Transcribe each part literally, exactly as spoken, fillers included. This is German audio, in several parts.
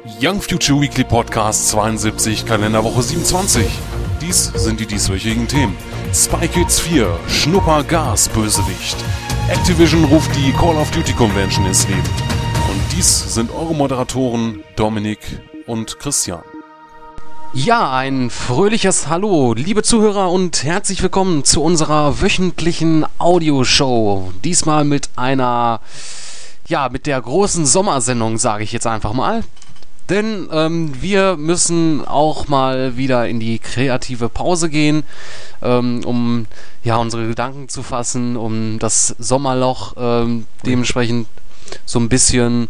Young Future Weekly Podcast zweiundsiebzig, Kalenderwoche siebenundzwanzig. Dies sind die dieswöchigen Themen. Spy Kids vier, Schnupper Gas Bösewicht. Activision ruft die Call of Duty Convention ins Leben. Und dies sind eure Moderatoren Dominik und Christian. Ja, ein fröhliches Hallo, liebe Zuhörer, und herzlich willkommen zu unserer wöchentlichen Audioshow. Diesmal mit einer, ja, mit der großen Sommersendung, sage ich jetzt einfach mal. Denn ähm, wir müssen auch mal wieder in die kreative Pause gehen, ähm, um ja unsere Gedanken zu fassen, um das Sommerloch ähm, dementsprechend so ein bisschen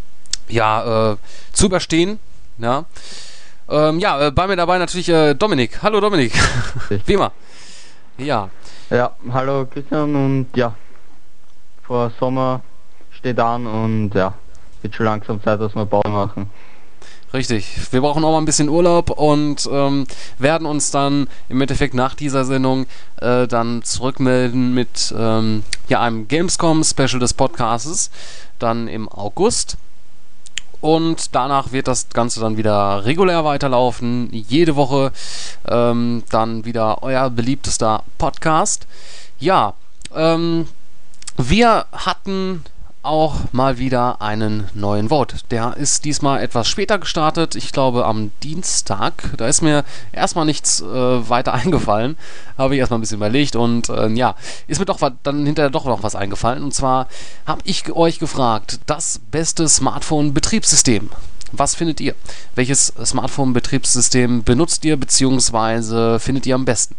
ja äh, zu überstehen. Ja, ähm, ja äh, bei mir dabei natürlich äh, Dominik. Hallo Dominik. Wie immer. Ja. Ja, hallo Christian, und ja, vor Sommer steht an und ja, wird schon langsam Zeit, dass wir Pause machen. Richtig, wir brauchen auch mal ein bisschen Urlaub und ähm, werden uns dann im Endeffekt nach dieser Sendung äh, dann zurückmelden mit ähm, ja, einem Gamescom-Special des Podcasts, dann im August. Und danach wird das Ganze dann wieder regulär weiterlaufen, jede Woche ähm, dann wieder euer beliebtester Podcast. Ja, ähm, wir hatten auch mal wieder einen neuen Vote. Der ist diesmal etwas später gestartet, ich glaube am Dienstag. Da ist mir erstmal nichts äh, weiter eingefallen. Habe ich erstmal ein bisschen überlegt und äh, ja, ist mir doch dann hinterher doch noch was eingefallen. Und zwar habe ich euch gefragt, das beste Smartphone-Betriebssystem. Was findet ihr? Welches Smartphone-Betriebssystem benutzt ihr, beziehungsweise findet ihr am besten?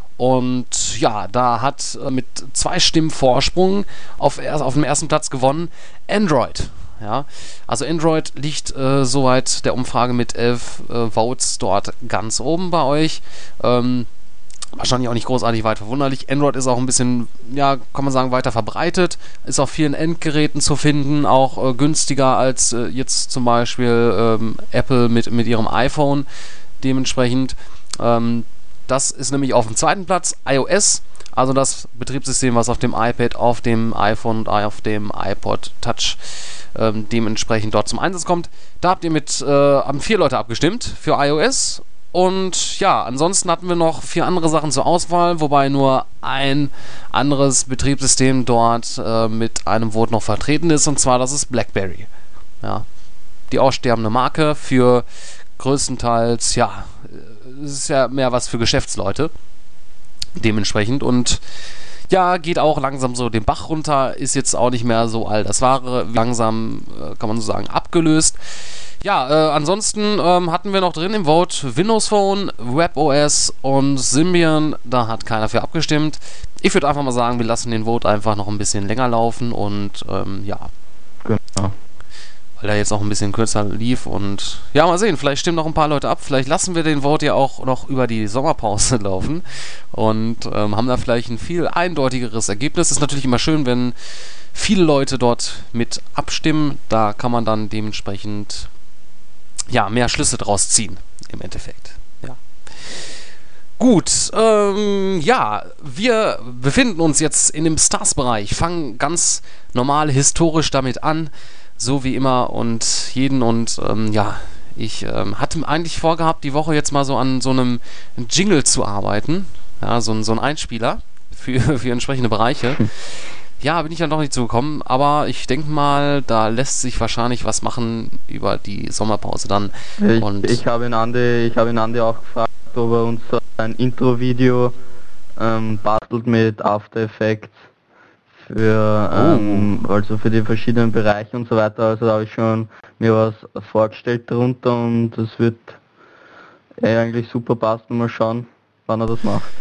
Und ja, da hat äh, mit zwei Stimmen Vorsprung auf, er, auf dem ersten Platz gewonnen Android. Ja, also Android liegt äh, soweit der Umfrage mit elf äh, Votes dort ganz oben bei euch. Ähm, wahrscheinlich auch nicht großartig weit verwunderlich. Android ist auch ein bisschen, ja, kann man sagen, weiter verbreitet. Ist auf vielen Endgeräten zu finden, auch äh, günstiger als äh, jetzt zum Beispiel ähm, Apple mit, mit ihrem iPhone. Dementsprechend ähm, das ist nämlich auf dem zweiten Platz iOS, also das Betriebssystem, was auf dem iPad, auf dem iPhone und auf dem iPod Touch ähm, dementsprechend dort zum Einsatz kommt. Da habt ihr mit, äh, haben vier Leute abgestimmt für iOS. Und ja, ansonsten hatten wir noch vier andere Sachen zur Auswahl, wobei nur ein anderes Betriebssystem dort äh, mit einem Vote noch vertreten ist, und zwar das ist BlackBerry. Ja, die aussterbende Marke für größtenteils, ja, es ist ja mehr was für Geschäftsleute dementsprechend, und ja, geht auch langsam so den Bach runter, ist jetzt auch nicht mehr so all das Wahre, langsam, äh, kann man so sagen, abgelöst. Ja, äh, ansonsten ähm, hatten wir noch drin im Vote Windows Phone, WebOS und Symbian, da hat keiner für abgestimmt. Ich würde einfach mal sagen, wir lassen den Vote einfach noch ein bisschen länger laufen und ähm, ja. Genau. Weil er jetzt auch ein bisschen kürzer lief, und ja, mal sehen, vielleicht stimmen noch ein paar Leute ab, vielleicht lassen wir den Vote ja auch noch über die Sommerpause laufen und ähm, haben da vielleicht ein viel eindeutigeres Ergebnis. Ist natürlich immer schön, wenn viele Leute dort mit abstimmen, da kann man dann dementsprechend ja, mehr Schlüsse draus ziehen, im Endeffekt. Ja. Gut, ähm, ja, wir befinden uns jetzt in dem Stars-Bereich, fangen ganz normal historisch damit an, so wie immer und jeden, und ähm, ja, ich ähm, hatte eigentlich vorgehabt, die Woche jetzt mal so an so einem Jingle zu arbeiten, ja, so, so ein Einspieler für, für entsprechende Bereiche. Ja, bin ich dann doch nicht zugekommen, aber ich denke mal, da lässt sich wahrscheinlich was machen über die Sommerpause dann. Ich, und ich habe ihn Andi, ich habe ihn Andi auch gefragt, ob er uns ein Intro-Video ähm, bastelt mit After Effects für ähm, oh. also für die verschiedenen Bereiche und so weiter. Also da habe ich schon mir was vorgestellt darunter, und das wird eh eigentlich super passen. Mal schauen, wann er das macht.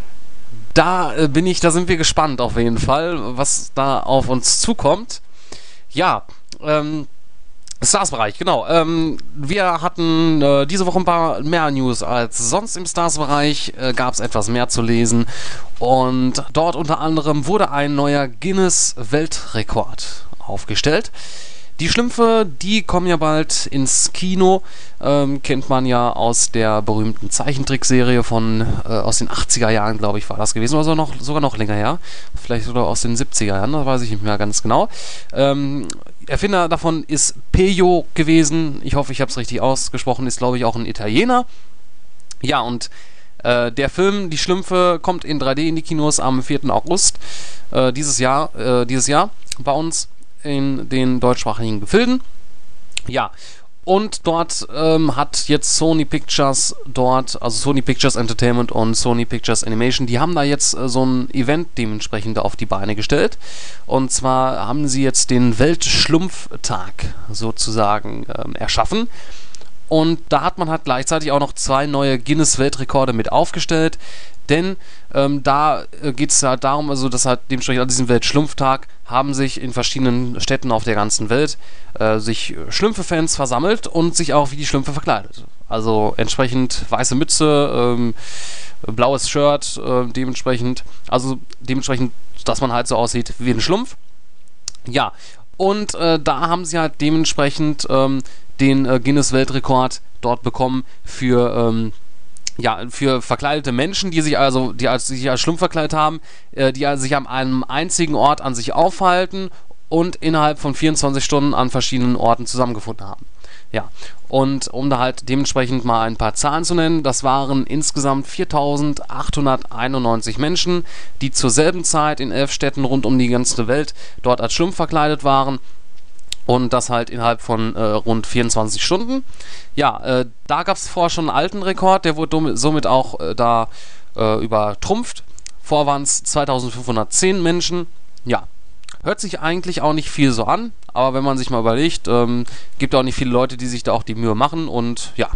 Da äh, bin ich, da sind wir gespannt auf jeden Fall, was da auf uns zukommt. Ja, ähm, Stars-Bereich, genau. Ähm, wir hatten äh, diese Woche ein paar mehr News als sonst im Stars-Bereich. Äh, gab es etwas mehr zu lesen. Und dort unter anderem wurde ein neuer Guinness-Weltrekord aufgestellt. Die Schlümpfe, die kommen ja bald ins Kino. Ähm, kennt man ja aus der berühmten Zeichentrickserie von äh, aus den achtziger Jahren, glaube ich, war das gewesen. Oder so noch, sogar noch länger her. Vielleicht sogar aus den siebziger Jahren, das weiß ich nicht mehr ganz genau. Ähm, Erfinder davon ist Peyo gewesen. Ich hoffe, ich habe es richtig ausgesprochen. Ist, glaube ich, auch ein Italiener. Ja, und äh, der Film Die Schlümpfe kommt in drei D in die Kinos am vierten August äh, dieses Jahr, äh, dieses Jahr bei uns in den deutschsprachigen Gefilden. Ja, und dort ähm, hat jetzt Sony Pictures dort, also Sony Pictures Entertainment und Sony Pictures Animation, die haben da jetzt äh, so ein Event dementsprechend auf die Beine gestellt. Und zwar haben sie jetzt den Weltschlumpftag sozusagen ähm, erschaffen. Und da hat man halt gleichzeitig auch noch zwei neue Guinness-Weltrekorde mit aufgestellt, denn ähm, da äh, geht es halt darum, also dass halt dementsprechend an diesem Weltschlumpftag haben sich in verschiedenen Städten auf der ganzen Welt äh, sich Schlümpfe-Fans versammelt und sich auch wie die Schlümpfe verkleidet. Also entsprechend weiße Mütze, ähm, blaues Shirt, äh, dementsprechend, also dementsprechend, dass man halt so aussieht wie ein Schlumpf. Ja, und äh, da haben sie halt dementsprechend ähm, den äh, Guinness-Weltrekord dort bekommen für ähm, ja, für verkleidete Menschen, die sich also, die als, die sich als Schlumpf verkleidet haben, äh, die also sich an einem einzigen Ort an sich aufhalten und innerhalb von vierundzwanzig Stunden an verschiedenen Orten zusammengefunden haben. Ja, und um da halt dementsprechend mal ein paar Zahlen zu nennen, das waren insgesamt viertausendachthunderteinundneunzig Menschen, die zur selben Zeit in elf Städten rund um die ganze Welt dort als Schlumpf verkleidet waren. Und das halt innerhalb von äh, rund vierundzwanzig Stunden. Ja, äh, da gab es vorher schon einen alten Rekord, der wurde somit auch äh, da äh, übertrumpft. Vorher waren es zweitausendfünfhundertzehn Menschen. Ja, hört sich eigentlich auch nicht viel so an, aber wenn man sich mal überlegt, ähm, gibt auch nicht viele Leute, die sich da auch die Mühe machen und ja.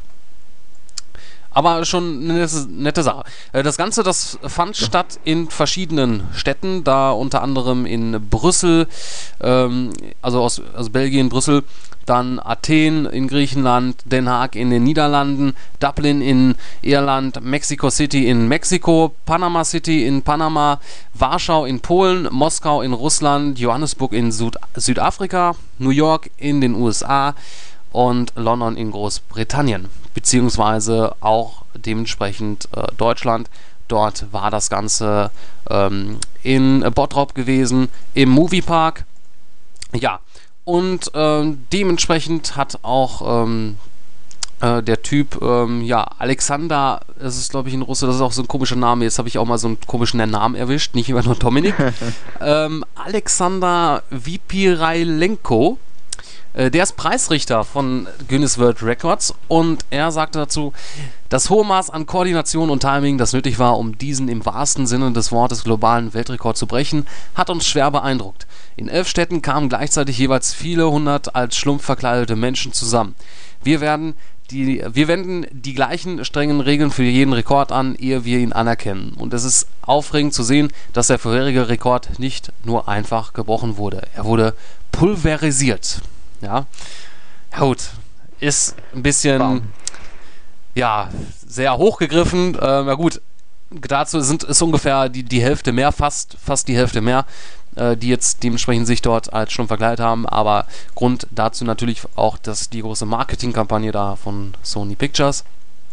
Aber schon eine nette, nette Sache. Das Ganze, das fand statt in verschiedenen Städten, da unter anderem in Brüssel, ähm, also aus, aus Belgien, Brüssel, dann Athen in Griechenland, Den Haag in den Niederlanden, Dublin in Irland, Mexico City in Mexiko, Panama City in Panama, Warschau in Polen, Moskau in Russland, Johannesburg in Süd- Südafrika, New York in den U S A und London in Großbritannien, beziehungsweise auch dementsprechend äh, Deutschland. Dort war das Ganze ähm, in Bottrop gewesen, im Moviepark. Ja, und ähm, dementsprechend hat auch ähm, äh, der Typ, ähm, ja, Alexander, das ist glaube ich ein Russe, das ist auch so ein komischer Name, jetzt habe ich auch mal so einen komischen Namen erwischt, nicht immer nur Dominik. ähm, Alexander Vipirailenko. Der ist Preisrichter von Guinness World Records und er sagte dazu, das hohe Maß an Koordination und Timing, das nötig war, um diesen im wahrsten Sinne des Wortes globalen Weltrekord zu brechen, hat uns schwer beeindruckt. In elf Städten kamen gleichzeitig jeweils viele hundert als Schlumpf verkleidete Menschen zusammen. Wir werden die, wir wenden die gleichen strengen Regeln für jeden Rekord an, ehe wir ihn anerkennen. Und es ist aufregend zu sehen, dass der vorherige Rekord nicht nur einfach gebrochen wurde. Er wurde pulverisiert. Ja, gut, ist ein bisschen, Bam. ja, sehr hochgegriffen. Ähm, ja gut, dazu sind ist ungefähr die, die Hälfte mehr, fast, fast die Hälfte mehr, äh, die jetzt dementsprechend sich dort als Schlumpf verkleidet haben. Aber Grund dazu natürlich auch, dass die große Marketingkampagne da von Sony Pictures.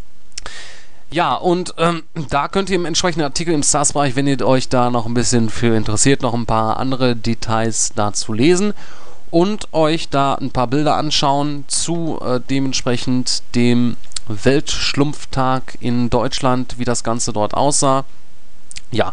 Ja, und ähm, da könnt ihr im entsprechenden Artikel im Stars-Bereich, wenn ihr euch da noch ein bisschen für interessiert, noch ein paar andere Details dazu lesen. Und euch da ein paar Bilder anschauen zu äh, dementsprechend dem Weltschlumpftag in Deutschland, wie das Ganze dort aussah. Ja,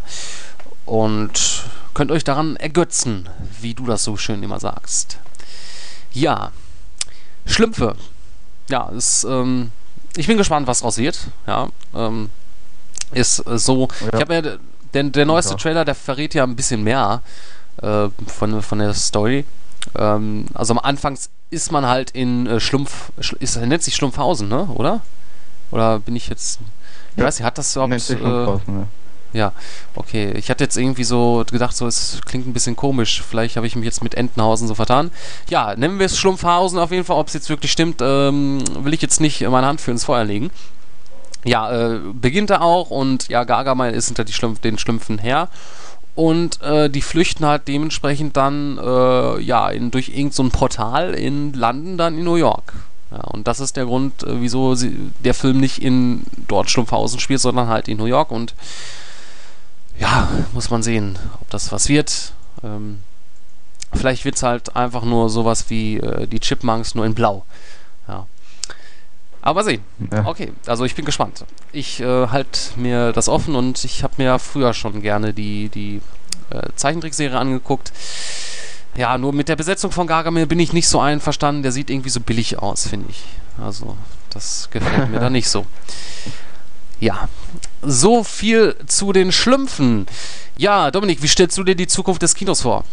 und könnt euch daran ergötzen, wie du das so schön immer sagst. Ja, Schlümpfe. Ja, ist, ähm, ich bin gespannt, was draus wird. Ja, ähm, ist äh, so. Ja. Ich habe ja, der, der neueste ja. Trailer, der verrät ja ein bisschen mehr äh, von, von der Story. Ähm, also am Anfang ist man halt in äh, Schlumpf, ist, nennt sich Schlumpfhausen, ne? Oder? Oder bin ich jetzt, ich ja, weiß nicht, hat das überhaupt, nennt sich Schlumpfhausen, äh, ja. Ja, okay. Ich hatte jetzt irgendwie so gedacht, so, es klingt ein bisschen komisch. Vielleicht habe ich mich jetzt mit Entenhausen so vertan. Ja, nennen wir es Schlumpfhausen auf jeden Fall. Ob es jetzt wirklich stimmt, ähm, will ich jetzt nicht meine Hand für ins Feuer legen. Ja, äh, beginnt er auch und ja, Gargamel ist hinter die Schlümpf, den Schlümpfen her. und äh, die flüchten halt dementsprechend dann äh, ja in, durch irgend so ein Portal in landen dann in New York. Ja, und das ist der Grund, äh, wieso sie, der Film nicht in dort Schlumpfhausen spielt, sondern halt in New York. Und ja, muss man sehen, ob das was wird. Ähm, vielleicht wird es halt einfach nur sowas wie äh, die Chipmunks, nur in Blau. Ja. Aber sehen. Ja. Okay, also ich bin gespannt. Ich äh, halte mir das offen und ich habe mir ja früher schon gerne die, die äh, Zeichentrickserie angeguckt. Ja, nur mit der Besetzung von Gargamel bin ich nicht so einverstanden. Der sieht irgendwie so billig aus, finde ich. Also, das gefällt mir da nicht so. Ja, so viel zu den Schlümpfen. Ja, Dominik, wie stellst du dir die Zukunft des Kinos vor?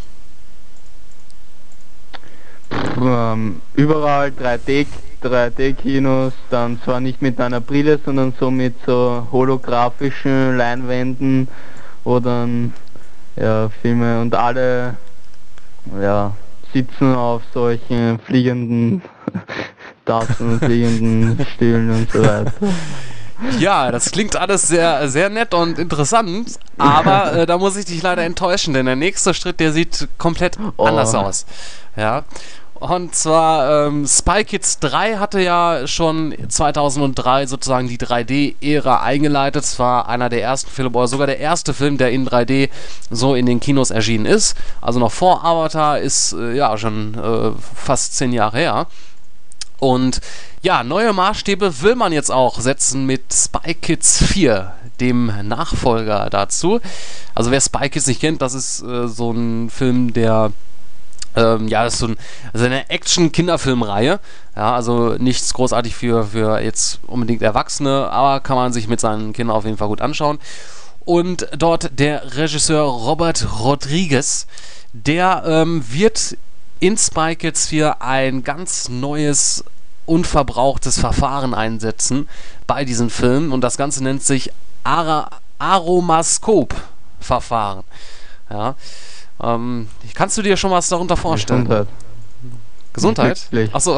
Ähm, überall drei D drei D-Kinos, dann zwar nicht mit einer Brille, sondern so mit so holographischen Leinwänden, wo dann ja, Filme und alle ja, sitzen auf solchen fliegenden Tasten, fliegenden Stühlen und so weiter. Ja, das klingt alles sehr, sehr nett und interessant, aber äh, da muss ich dich leider enttäuschen, denn der nächste Schritt, der sieht komplett oh. anders aus. Ja. Und zwar ähm, Spy Kids drei hatte ja schon zweitausenddrei sozusagen die drei D-Ära eingeleitet. Es war einer der ersten Filme, oder sogar der erste Film, der in drei D so in den Kinos erschienen ist. Also noch vor Avatar, ist äh, ja schon äh, fast zehn Jahre her. Und ja, neue Maßstäbe will man jetzt auch setzen mit Spy Kids vier, dem Nachfolger dazu. Also wer Spy Kids nicht kennt, das ist äh, so ein Film, der Ähm, ja, das ist so ein, also eine Action-Kinderfilmreihe. Ja, also nichts großartig für, für jetzt unbedingt Erwachsene, aber kann man sich mit seinen Kindern auf jeden Fall gut anschauen. Und dort der Regisseur Robert Rodriguez, der ähm, wird in Spy Kids vier ein ganz neues, unverbrauchtes Verfahren einsetzen bei diesem Film. Und das Ganze nennt sich Ara- Aromaskop-Verfahren. Ja. Ähm, kannst du dir schon was darunter vorstellen? Gesundheit. Gesundheit? Achso.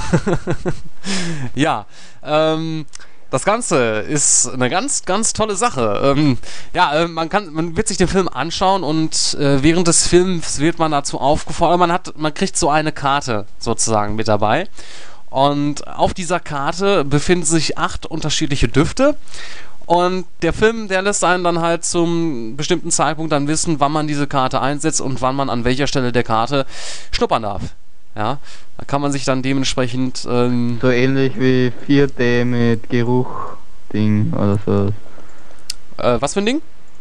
Ja, ähm, das Ganze ist eine ganz, ganz tolle Sache. Ähm, ja, äh, man kann, man wird sich den Film anschauen und äh, während des Films wird man dazu aufgefordert, man hat, man kriegt so eine Karte sozusagen mit dabei. Und auf dieser Karte befinden sich acht unterschiedliche Düfte. Und der Film, der lässt einen dann halt zum bestimmten Zeitpunkt dann wissen, wann man diese Karte einsetzt und wann man an welcher Stelle der Karte schnuppern darf. Ja, da kann man sich dann dementsprechend... Ähm, so ähnlich wie vier D mit Geruch-Ding oder so. Äh, was für ein Ding?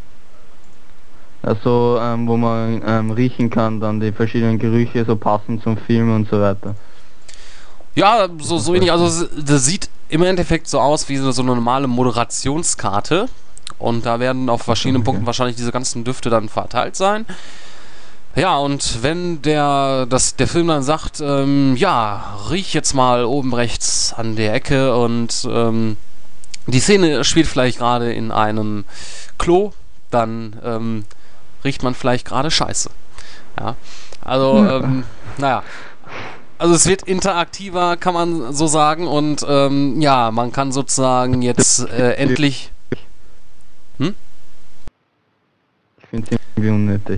Also, ähm, wo man ähm, riechen kann, dann die verschiedenen Gerüche so passend zum Film und so weiter. Ja, so, so ähnlich. Also, das sieht im Endeffekt so aus wie so, so eine normale Moderationskarte. Und da werden auf verschiedenen okay. Punkten wahrscheinlich diese ganzen Düfte dann verteilt sein. Ja, und wenn der, das, der Film dann sagt, ähm, ja, riech jetzt mal oben rechts an der Ecke und ähm, die Szene spielt vielleicht gerade in einem Klo, dann ähm, riecht man vielleicht gerade Scheiße. Ja, also, ähm, naja. Also es wird interaktiver, kann man so sagen, und ähm, ja, man kann sozusagen jetzt äh, endlich... Hm? Ich finde es irgendwie unnötig.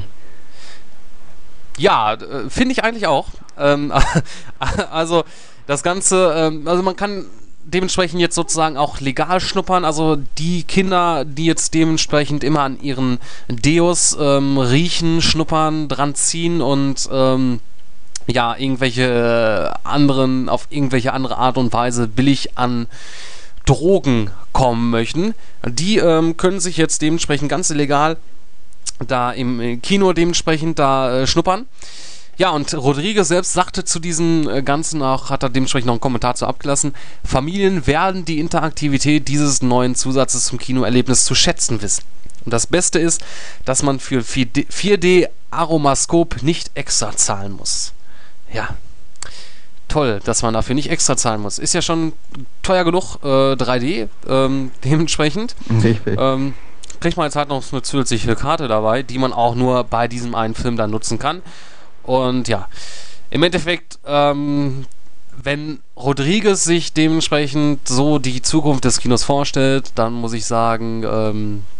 Ja, äh, finde ich eigentlich auch. Ähm, also das Ganze, ähm, also man kann dementsprechend jetzt sozusagen auch legal schnuppern, also die Kinder, die jetzt dementsprechend immer an ihren Deos ähm, riechen, schnuppern, dran ziehen und ähm, ja, irgendwelche anderen, auf irgendwelche andere Art und Weise billig an Drogen kommen möchten, die ähm, können sich jetzt dementsprechend ganz illegal da im Kino dementsprechend da äh, schnuppern. Ja, und Rodriguez selbst sagte zu diesem äh, Ganzen auch, hat er dementsprechend noch einen Kommentar zu abgelassen, Familien werden die Interaktivität dieses neuen Zusatzes zum Kinoerlebnis zu schätzen wissen. Und das Beste ist, dass man für vier D Aromaskop nicht extra zahlen muss. Ja, toll, dass man dafür nicht extra zahlen muss. Ist ja schon teuer genug, äh, drei D, ähm, dementsprechend. Richtig. Ähm, kriegt man jetzt halt noch eine zusätzliche Karte dabei, die man auch nur bei diesem einen Film dann nutzen kann. Und ja, im Endeffekt, ähm, wenn Rodriguez sich dementsprechend so die Zukunft des Kinos vorstellt, dann muss ich sagen, ähm,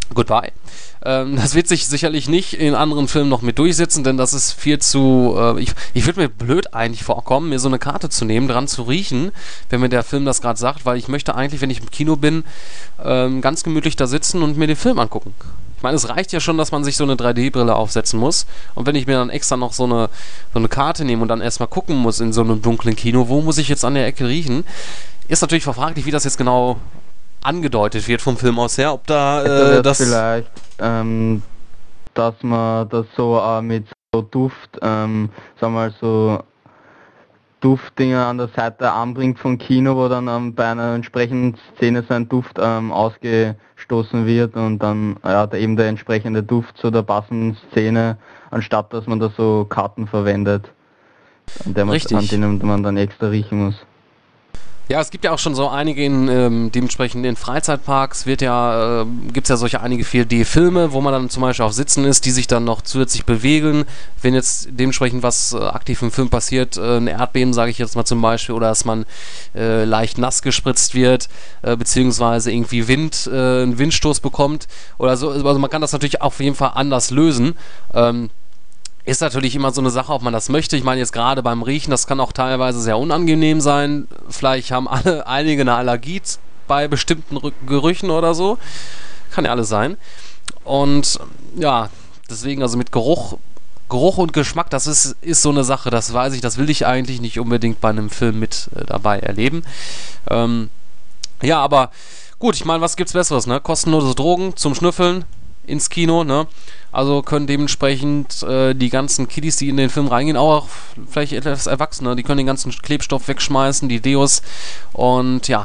Goodbye. Ähm, das wird sich sicherlich nicht in anderen Filmen noch mit durchsetzen, denn das ist viel zu... Äh, ich ich würde mir blöd eigentlich vorkommen, mir so eine Karte zu nehmen, dran zu riechen, wenn mir der Film das gerade sagt, weil ich möchte eigentlich, wenn ich im Kino bin, ähm, ganz gemütlich da sitzen und mir den Film angucken. Ich meine, es reicht ja schon, dass man sich so eine drei D Brille aufsetzen muss. Und wenn ich mir dann extra noch so eine, so eine Karte nehme und dann erstmal gucken muss in so einem dunklen Kino, wo muss ich jetzt an der Ecke riechen, ist natürlich verfraglich, wie das jetzt genau angedeutet wird vom Film aus her, ob da äh, das... Vielleicht, ähm, dass man das so äh, mit so Duft, ähm, sagen wir mal so Duftdinger an der Seite anbringt vom Kino, wo dann ähm, bei einer entsprechenden Szene so ein Duft ähm, ausgestoßen wird und dann ja, der, eben der entsprechende Duft zu der passenden Szene, anstatt dass man da so Karten verwendet, an, der man, an denen man dann extra riechen muss. Ja, es gibt ja auch schon so einige in, ähm, dementsprechend in Freizeitparks wird ja, äh, gibt es ja solche einige vier D Filme, wo man dann zum Beispiel auf Sitzen ist, die sich dann noch zusätzlich bewegen. Wenn jetzt dementsprechend was äh, aktiv im Film passiert, äh, ein Erdbeben, sage ich jetzt mal zum Beispiel, oder dass man äh, leicht nass gespritzt wird, äh, beziehungsweise irgendwie Wind, äh, einen Windstoß bekommt oder so. Also man kann das natürlich auf jeden Fall anders lösen. Ähm, Ist natürlich immer so eine Sache, ob man das möchte. Ich meine jetzt gerade beim Riechen, das kann auch teilweise sehr unangenehm sein. Vielleicht haben alle einige eine Allergie bei bestimmten Rü- Gerüchen oder so. Kann ja alles sein. Und ja, deswegen also mit Geruch, Geruch und Geschmack, das ist, ist so eine Sache, das weiß ich, das will ich eigentlich nicht unbedingt bei einem Film mit äh, dabei erleben. Ähm, ja, aber gut, ich meine, was gibt's Besseres, ne? Kostenlose Drogen zum Schnüffeln ins Kino, ne? Also können dementsprechend äh, die ganzen Kiddies, die in den Film reingehen, auch vielleicht etwas Erwachsene, die können den ganzen Klebstoff wegschmeißen, die Deos und ja,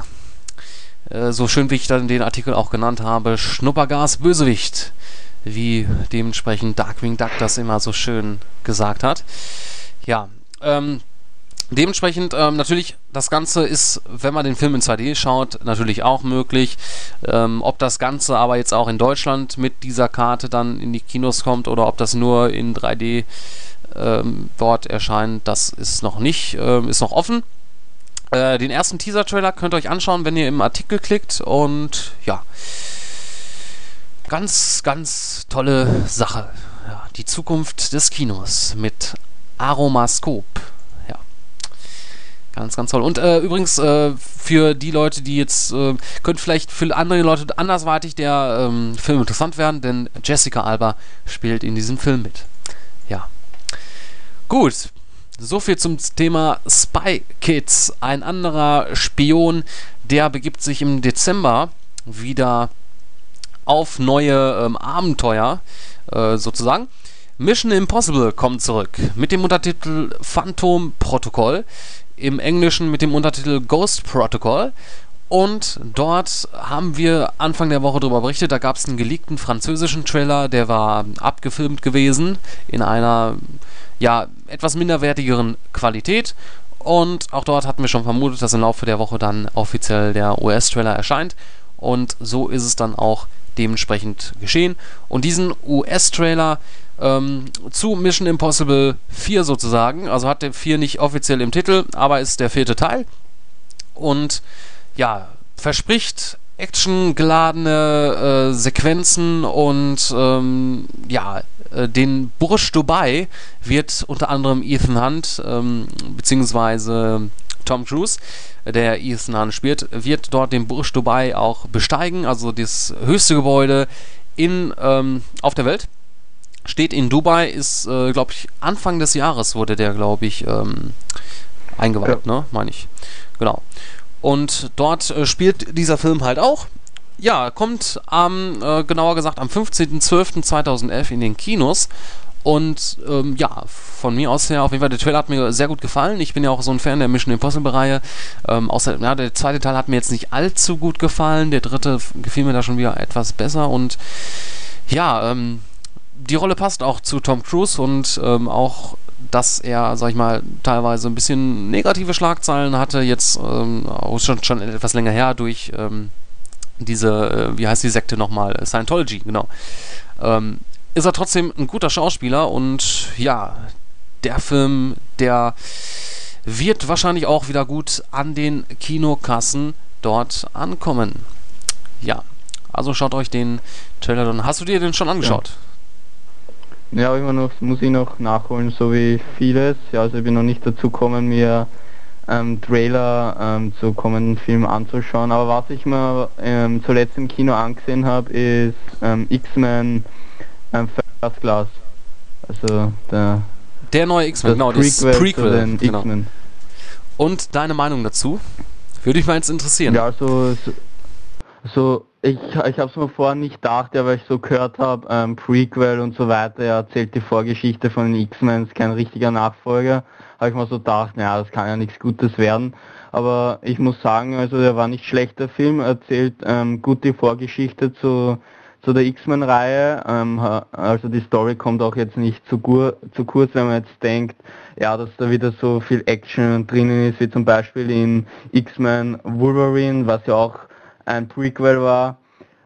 äh, so schön wie ich dann den Artikel auch genannt habe, Schnuppergas Bösewicht, wie dementsprechend Darkwing Duck das immer so schön gesagt hat. Ja, ähm, dementsprechend ähm, natürlich, das Ganze ist, wenn man den Film in zwei D schaut, natürlich auch möglich. Ähm, ob das Ganze aber jetzt auch in Deutschland mit dieser Karte dann in die Kinos kommt oder ob das nur in drei D ähm, dort erscheint, das ist noch nicht, ähm, ist noch offen. Äh, den ersten Teaser-Trailer könnt ihr euch anschauen, wenn ihr im Artikel klickt und ja, ganz, ganz tolle Sache. Ja, die Zukunft des Kinos mit Aromascope. Ganz, ganz toll. Und äh, übrigens, äh, für die Leute, die jetzt, äh, könnte vielleicht für andere Leute andersweitig der ähm, Film interessant werden, denn Jessica Alba spielt in diesem Film mit. Ja. Gut. So viel zum Thema Spy Kids. Ein anderer Spion, der begibt sich im Dezember wieder auf neue ähm, Abenteuer, äh, sozusagen. Mission Impossible kommt zurück mit dem Untertitel Phantom Protocol. Im Englischen mit dem Untertitel Ghost Protocol. Und dort haben wir Anfang der Woche darüber berichtet, da gab es einen geleakten französischen Trailer, der war abgefilmt gewesen in einer ja etwas minderwertigeren Qualität. Und auch dort hatten wir schon vermutet, dass im Laufe der Woche dann offiziell der U S-Trailer erscheint. Und so ist es dann auch dementsprechend geschehen. Und diesen U S-Trailer Ähm, zu Mission Impossible vier sozusagen, also hat der vier nicht offiziell im Titel, aber ist der vierte Teil und ja, verspricht actiongeladene äh, Sequenzen und ähm, ja, äh, den Burj Dubai wird unter anderem Ethan Hunt ähm, beziehungsweise Tom Cruise, der Ethan Hunt spielt, wird dort den Burj Dubai auch besteigen, also das höchste Gebäude in, ähm, auf der Welt. Steht in Dubai, ist, äh, glaube ich, Anfang des Jahres wurde der, glaube ich, ähm, eingeweiht, ja. ne, meine ich. Genau. Und dort äh, spielt dieser Film halt auch. Ja, kommt am, äh, genauer gesagt, am fünfzehnten zwölften zweitausendelf in den Kinos. Und ähm, ja, von mir aus her, auf jeden Fall, der Trailer hat mir sehr gut gefallen. Ich bin ja auch so ein Fan der Mission Impossible-Reihe. Ähm, außer, ja, der zweite Teil hat mir jetzt nicht allzu gut gefallen. Der dritte gefiel mir da schon wieder etwas besser. Und ja, ähm, die Rolle passt auch zu Tom Cruise und ähm, auch, dass er, sag ich mal, teilweise ein bisschen negative Schlagzeilen hatte, jetzt ähm, auch schon, schon etwas länger her durch ähm, diese, äh, wie heißt die Sekte nochmal? Scientology, genau. Ähm, ist er trotzdem ein guter Schauspieler und ja, der Film, der wird wahrscheinlich auch wieder gut an den Kinokassen dort ankommen. Ja. Also schaut euch den Trailer an. Hast du dir den schon angeschaut? Ja, ja immer noch, muss ich noch nachholen, so wie vieles. Ja, also ich bin noch nicht dazu gekommen, mir ähm, Trailer ähm, zu kommenden Filmen anzuschauen. Aber was ich mir ähm, zuletzt im Kino angesehen habe, ist ähm, X-Men ähm, First Class. Also der, der neue X-Men, genau, das Prequel, Prequel. Genau. X-Men. Und deine Meinung dazu? Würde mich mal jetzt interessieren. Ja, also so, so ich, ich habe es mir vorher nicht gedacht, ja, weil ich so gehört habe, ähm, Prequel und so weiter, er erzählt die Vorgeschichte von den X-Men, ist kein richtiger Nachfolger. Habe ich mir so gedacht, naja, das kann ja nichts Gutes werden. Aber ich muss sagen, also der war nicht schlecht, der Film, erzählt ähm, gut die Vorgeschichte zu, zu der X-Men-Reihe. Ähm, also die Story kommt auch jetzt nicht zu, gur zu kurz, wenn man jetzt denkt, ja, dass da wieder so viel Action drinnen ist, wie zum Beispiel in X-Men Wolverine, was ja auch ein Prequel war.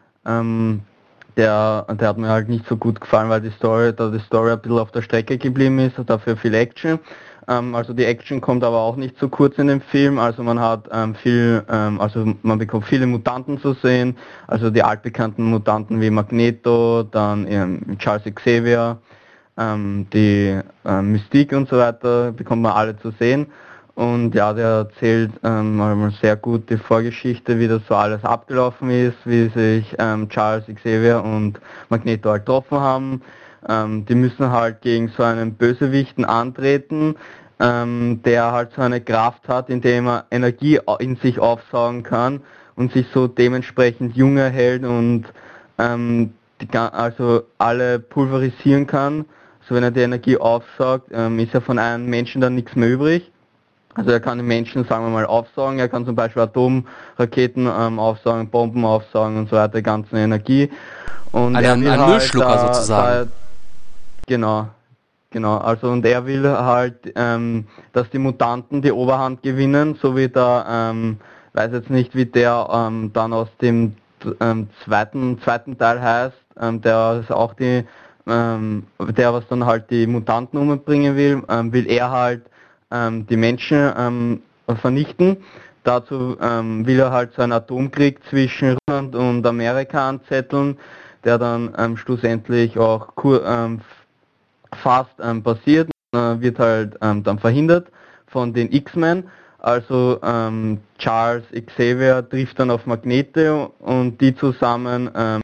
Ähm, der, der hat mir halt nicht so gut gefallen, weil die Story, da die Story ein bisschen auf der Strecke geblieben ist, dafür viel Action. Ähm, also die Action kommt aber auch nicht zu kurz in dem Film, also man hat ähm, viel, ähm, also man bekommt viele Mutanten zu sehen, also die altbekannten Mutanten wie Magneto, dann ähm, Charles Xavier, ähm, die ähm, Mystique und so weiter, bekommt man alle zu sehen. Und ja, der erzählt ähm, mal sehr gut die Vorgeschichte, wie das so alles abgelaufen ist, wie sich ähm, Charles Xavier und Magneto halt getroffen haben. Ähm, die müssen halt gegen so einen Bösewichten antreten, ähm, der halt so eine Kraft hat, indem er Energie in sich aufsaugen kann und sich so dementsprechend jung erhält und ähm, die, also alle pulverisieren kann. Also wenn er die Energie aufsaugt, ähm, ist ja von einem Menschen dann nichts mehr übrig. Also er kann den Menschen, sagen wir mal, aufsaugen, er kann zum Beispiel Atomraketen ähm, aufsaugen, Bomben aufsaugen und so weiter, die ganze Energie. Und ein, er ein, will ein halt Müllschlucker da, sozusagen. Da, genau, genau. Also und er will halt, ähm, dass die Mutanten die Oberhand gewinnen, so wie der, ähm, weiß jetzt nicht, wie der ähm, dann aus dem ähm, zweiten, zweiten Teil heißt, ähm, der ist auch die, ähm, der was dann halt die Mutanten umbringen will, ähm, will er halt ähm, die Menschen ähm, vernichten. Dazu ähm, will er halt so einen Atomkrieg zwischen Russland und Amerika anzetteln, der dann ähm, schlussendlich auch ähm, fast ähm, passiert, äh, wird halt ähm, dann verhindert von den X-Men. Also ähm, Charles Xavier trifft dann auf Magneto und die zusammen, ähm,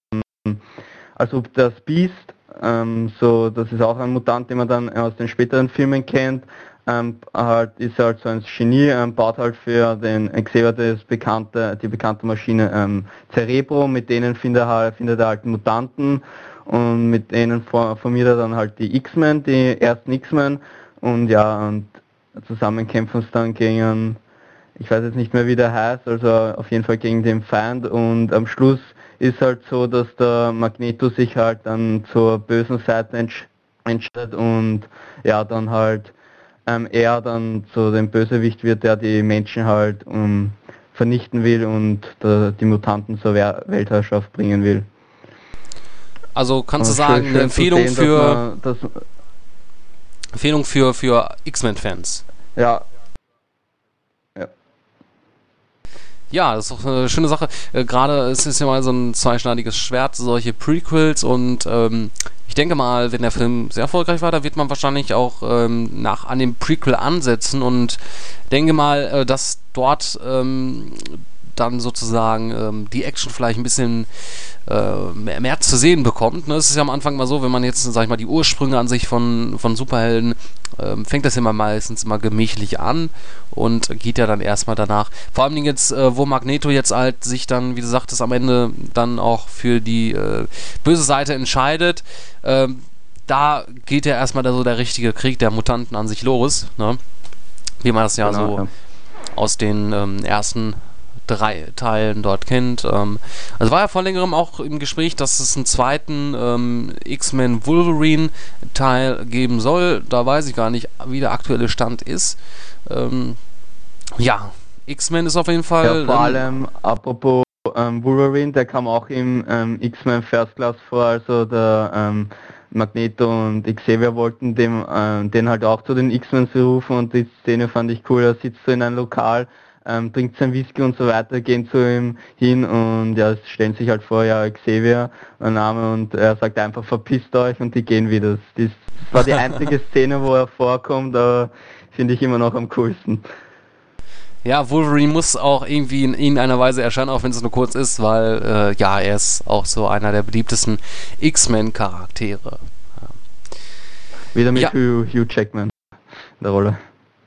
also das Beast, ähm, so das ist auch ein Mutant, den man dann aus den späteren Filmen kennt, ähm, halt ist halt so ein Genie, ähm, baut halt für den Xavier das bekannte, die bekannte Maschine ähm, Cerebro, mit denen findet er halt, findet er halt Mutanten und mit denen formiert er dann halt die X-Men, die ersten X-Men und ja, und zusammen kämpfen es dann gegen, ich weiß jetzt nicht mehr wie der heißt, also auf jeden Fall gegen den Feind und am Schluss ist halt so, dass der Magneto sich halt dann zur bösen Seite entsch entscheidet und ja, dann halt ähm, er dann zu dem Bösewicht wird, der die Menschen halt um, vernichten will und der, die Mutanten zur Wer Weltherrschaft bringen will. Also kannst und du sagen, schön, schön eine Empfehlung sehen, für dass man, dass, Empfehlung für, für X-Men-Fans. Ja. Ja, das ist doch eine schöne Sache. Äh, Gerade es ist ja mal so ein zweischneidiges Schwert, solche Prequels und ähm, ich denke mal, wenn der Film sehr erfolgreich war, da wird man wahrscheinlich auch ähm, nach an dem Prequel ansetzen und denke mal, äh, dass dort ähm, dann sozusagen ähm, die Action vielleicht ein bisschen äh, mehr, mehr zu sehen bekommt. Ne? Es ist ja am Anfang mal so, wenn man jetzt, sag ich mal, die Ursprünge an sich von, von Superhelden, ähm, fängt das immer meistens immer gemächlich an und geht ja dann erstmal danach. Vor allem jetzt, äh, wo Magneto jetzt halt sich dann, wie du sagtest, am Ende dann auch für die äh, böse Seite entscheidet, ähm, da geht ja erstmal da so der richtige Krieg der Mutanten an sich los, ne? Wie man das ja Genau, so ja. aus den ähm, ersten drei Teilen dort kennt. Ähm, also war ja vor längerem auch im Gespräch, dass es einen zweiten ähm, X-Men Wolverine Teil geben soll. Da weiß ich gar nicht, wie der aktuelle Stand ist. Ähm, ja, X-Men ist auf jeden Fall... Ja, vor ähm, allem, apropos ähm, Wolverine, der kam auch im ähm, X-Men First Class vor, also der ähm, Magneto und Xavier wollten dem, ähm, den halt auch zu den X-Men rufen und die Szene fand ich cool, da sitzt du in einem Lokal ähm, trinkt sein Whisky und so weiter, gehen zu ihm hin und ja, stellen sich halt vor, ja, Xavier, mein Name, und er sagt einfach, verpisst euch, und die gehen wieder. Das, das war die einzige Szene, wo er vorkommt, aber finde ich immer noch am coolsten. Ja, Wolverine muss auch irgendwie in irgendeiner Weise erscheinen, auch wenn es nur kurz ist, weil, äh, ja, er ist auch so einer der beliebtesten X-Men-Charaktere. Ja. Wieder mit ja. Hugh, Hugh Jackman in der Rolle.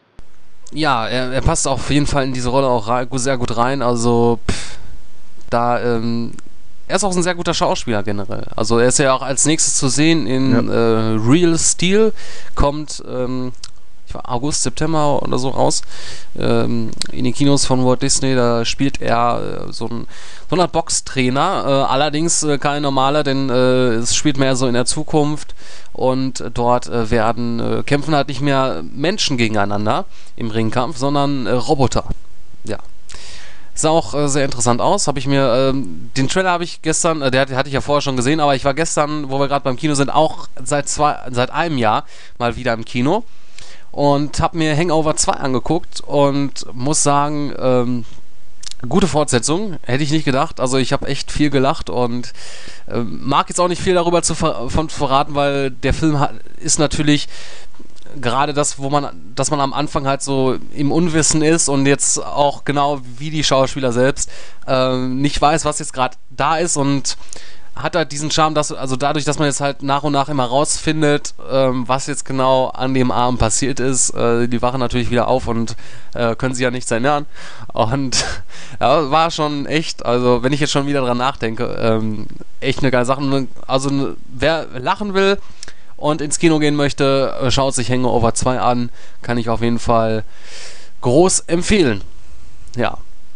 Ja, er, er passt auf jeden Fall in diese Rolle auch rein, sehr gut rein, also, pff, da, ähm, er ist auch ein sehr guter Schauspieler generell. Also, er ist ja auch als nächstes zu sehen in ja. äh, Real Steel, kommt, ähm, August, September oder so raus, ähm, in den Kinos von Walt Disney. Da spielt er äh, so, ein, so eine Art Boxtrainer, äh, allerdings äh, kein normaler, denn äh, es spielt mehr so in der Zukunft, und äh, dort äh, werden äh, kämpfen halt nicht mehr Menschen gegeneinander im Ringkampf, sondern äh, Roboter. Ja. Sah auch äh, sehr interessant aus. Habe ich mir, ähm, den Trailer habe ich gestern, äh, der, der hatte ich ja vorher schon gesehen, aber ich war gestern, wo wir gerade beim Kino sind, auch seit zwei, seit einem Jahr mal wieder im Kino. Und habe mir Hangover zwei angeguckt und muss sagen, ähm, gute Fortsetzung, hätte ich nicht gedacht. Also ich habe echt viel gelacht und äh, mag jetzt auch nicht viel darüber zu ver- von verraten, weil der Film hat, ist natürlich gerade das, wo man, dass man am Anfang halt so im Unwissen ist und jetzt auch genau wie die Schauspieler selbst äh, nicht weiß, was jetzt gerade da ist, und hat halt diesen Charme, dass, also dadurch, dass man jetzt halt nach und nach immer rausfindet, ähm, was jetzt genau an dem Abend passiert ist, äh, die wachen natürlich wieder auf und äh, können sich ja nichts erinnern. Und ja, war schon echt, also wenn ich jetzt schon wieder dran nachdenke, ähm, echt eine geile Sache. Also wer lachen will und ins Kino gehen möchte, schaut sich Hangover zwei an, kann ich auf jeden Fall groß empfehlen. Ja.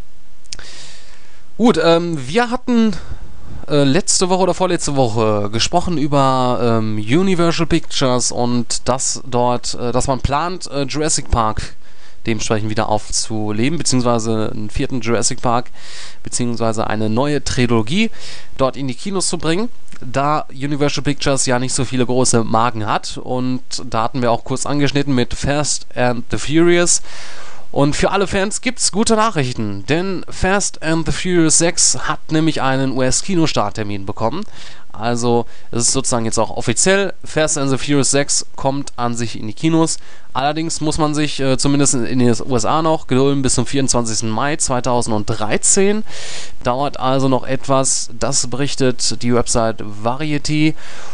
Gut, ähm, wir hatten letzte Woche oder vorletzte Woche gesprochen über ähm, Universal Pictures und dass dort, äh, dass man plant, äh, Jurassic Park dementsprechend wieder aufzuleben, beziehungsweise einen vierten Jurassic Park, beziehungsweise eine neue Trilogie dort in die Kinos zu bringen, da Universal Pictures ja nicht so viele große Marken hat, und da hatten wir auch kurz angeschnitten mit Fast and the Furious. Und für alle Fans gibt's gute Nachrichten, denn Fast and the Furious sechs hat nämlich einen U S-Kinostarttermin bekommen. Also es ist sozusagen jetzt auch offiziell, Fast and the Furious sechs kommt an sich in die Kinos. Allerdings muss man sich äh, zumindest in den U S A noch gedulden bis zum vierundzwanzigsten Mai zweitausenddreizehn. Dauert also noch etwas, das berichtet die Website Variety.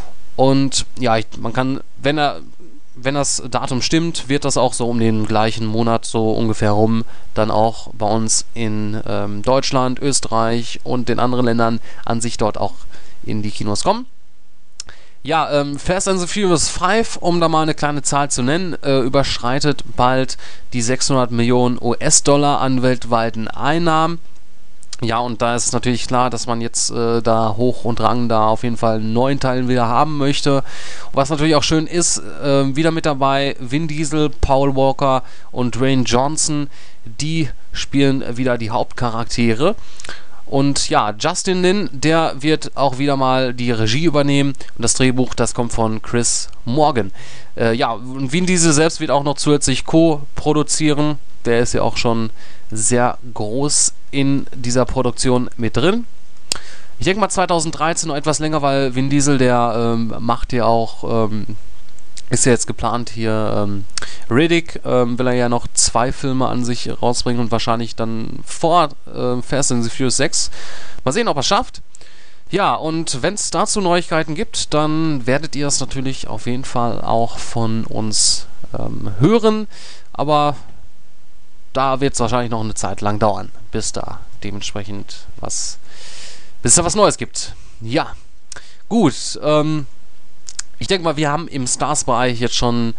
Und ja, ich, man kann, wenn er... Wenn das Datum stimmt, wird das auch so um den gleichen Monat so ungefähr rum dann auch bei uns in ähm, Deutschland, Österreich und den anderen Ländern an sich dort auch in die Kinos kommen. Ja, ähm, Fast and the Furious fünf, um da mal eine kleine Zahl zu nennen, äh, überschreitet bald die sechshundert Millionen U S-Dollar an weltweiten Einnahmen. Ja, und da ist natürlich klar, dass man jetzt äh, da hoch und rang da auf jeden Fall einen neuen Teil wieder haben möchte. Und was natürlich auch schön ist, äh, wieder mit dabei Vin Diesel, Paul Walker und Dwayne Johnson, die spielen wieder die Hauptcharaktere. Und ja, Justin Lin, der wird auch wieder mal die Regie übernehmen, und das Drehbuch, das kommt von Chris Morgan. Äh, ja, und Vin Diesel selbst wird auch noch zusätzlich co-produzieren. Der ist ja auch schon sehr groß in dieser Produktion mit drin. Ich denke mal zweitausenddreizehn noch etwas länger, weil Vin Diesel, der ähm, macht ja auch, ähm, ist ja jetzt geplant hier, ähm, Riddick, ähm, will er ja noch zwei Filme an sich rausbringen und wahrscheinlich dann vor äh, Fast and the Furious sechs. Mal sehen, ob er es schafft. Ja, und wenn es dazu Neuigkeiten gibt, dann werdet ihr es natürlich auf jeden Fall auch von uns ähm, hören, aber da wird es wahrscheinlich noch eine Zeit lang dauern, bis da dementsprechend was, bis da was Neues gibt. Ja, gut. Ähm, ich denke mal, wir haben im Stars-Bereich jetzt schon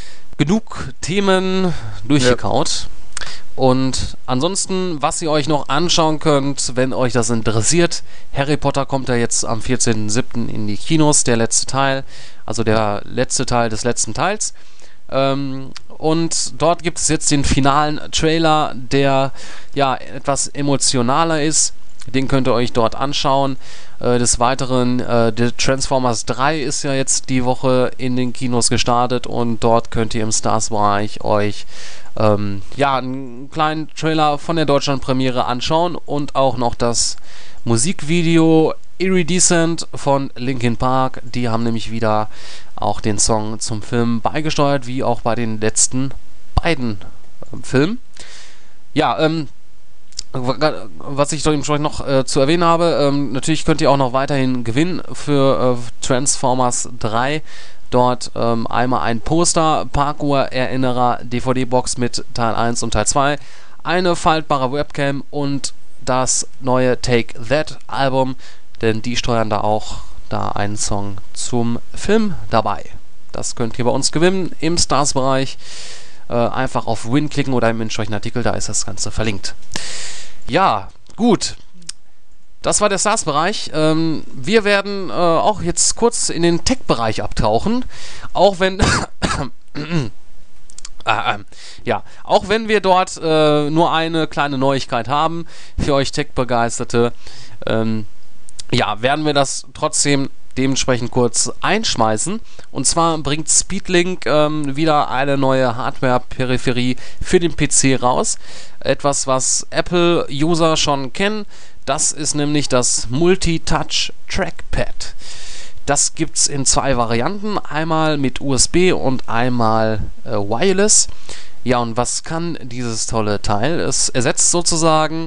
genug Themen durchgekaut. Ja. Und ansonsten, was ihr euch noch anschauen könnt, wenn euch das interessiert, Harry Potter kommt ja jetzt am vierzehnten siebten in die Kinos, der letzte Teil, also der letzte Teil des letzten Teils. Ähm, und dort gibt es jetzt den finalen Trailer, der ja etwas emotionaler ist. Den könnt ihr euch dort anschauen. Äh, des Weiteren, äh, der Transformers drei ist ja jetzt die Woche in den Kinos gestartet und dort könnt ihr im Stars-Bereich euch ähm, ja, einen kleinen Trailer von der Deutschland-Premiere anschauen und auch noch das Musikvideo Iridescent von Linkin Park. Die haben nämlich wieder auch den Song zum Film beigesteuert, wie auch bei den letzten beiden äh, Filmen. Ja, ähm, was ich noch äh, zu erwähnen habe, ähm, natürlich könnt ihr auch noch weiterhin gewinnen für äh, Transformers drei. Dort ähm, einmal ein Poster, Parkour-Erinnerer, D V D-Box mit Teil eins und Teil zwei, eine faltbare Webcam und das neue Take That Album, denn die steuern da auch da einen Song zum Film dabei. Das könnt ihr bei uns gewinnen im Stars-Bereich. Äh, einfach auf Win klicken oder im entsprechenden Artikel, da ist das Ganze verlinkt. Ja, gut. Das war der Stars-Bereich. Ähm, wir werden äh, auch jetzt kurz in den Tech-Bereich abtauchen. Auch wenn... ah, äh, ja, auch wenn wir dort äh, nur eine kleine Neuigkeit haben für euch Tech-Begeisterte, ähm, ja, werden wir das trotzdem dementsprechend kurz einschmeißen. Und zwar bringt Speedlink ähm, wieder eine neue Hardware-Peripherie für den P C raus. Etwas, was Apple-User schon kennen. Das ist nämlich das Multi-Touch Trackpad. Das gibt es in zwei Varianten. Einmal mit U S B und einmal äh, Wireless. Ja, und was kann dieses tolle Teil? Es ersetzt sozusagen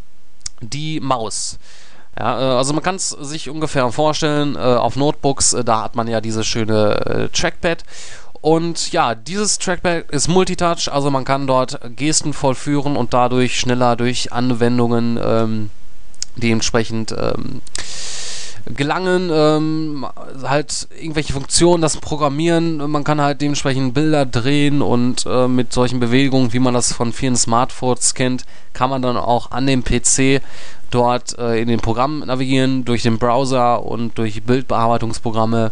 die Maus. Ja, also man kann es sich ungefähr vorstellen, äh, auf Notebooks, äh, da hat man ja dieses schöne äh, Trackpad. Und ja, dieses Trackpad ist Multitouch, also man kann dort Gesten vollführen und dadurch schneller durch Anwendungen ähm, dementsprechend ähm, gelangen, ähm, halt irgendwelche Funktionen, das Programmieren, man kann halt dementsprechend Bilder drehen und äh, mit solchen Bewegungen, wie man das von vielen Smartphones kennt, kann man dann auch an dem P C dort äh, in den Programmen navigieren, durch den Browser und durch Bildbearbeitungsprogramme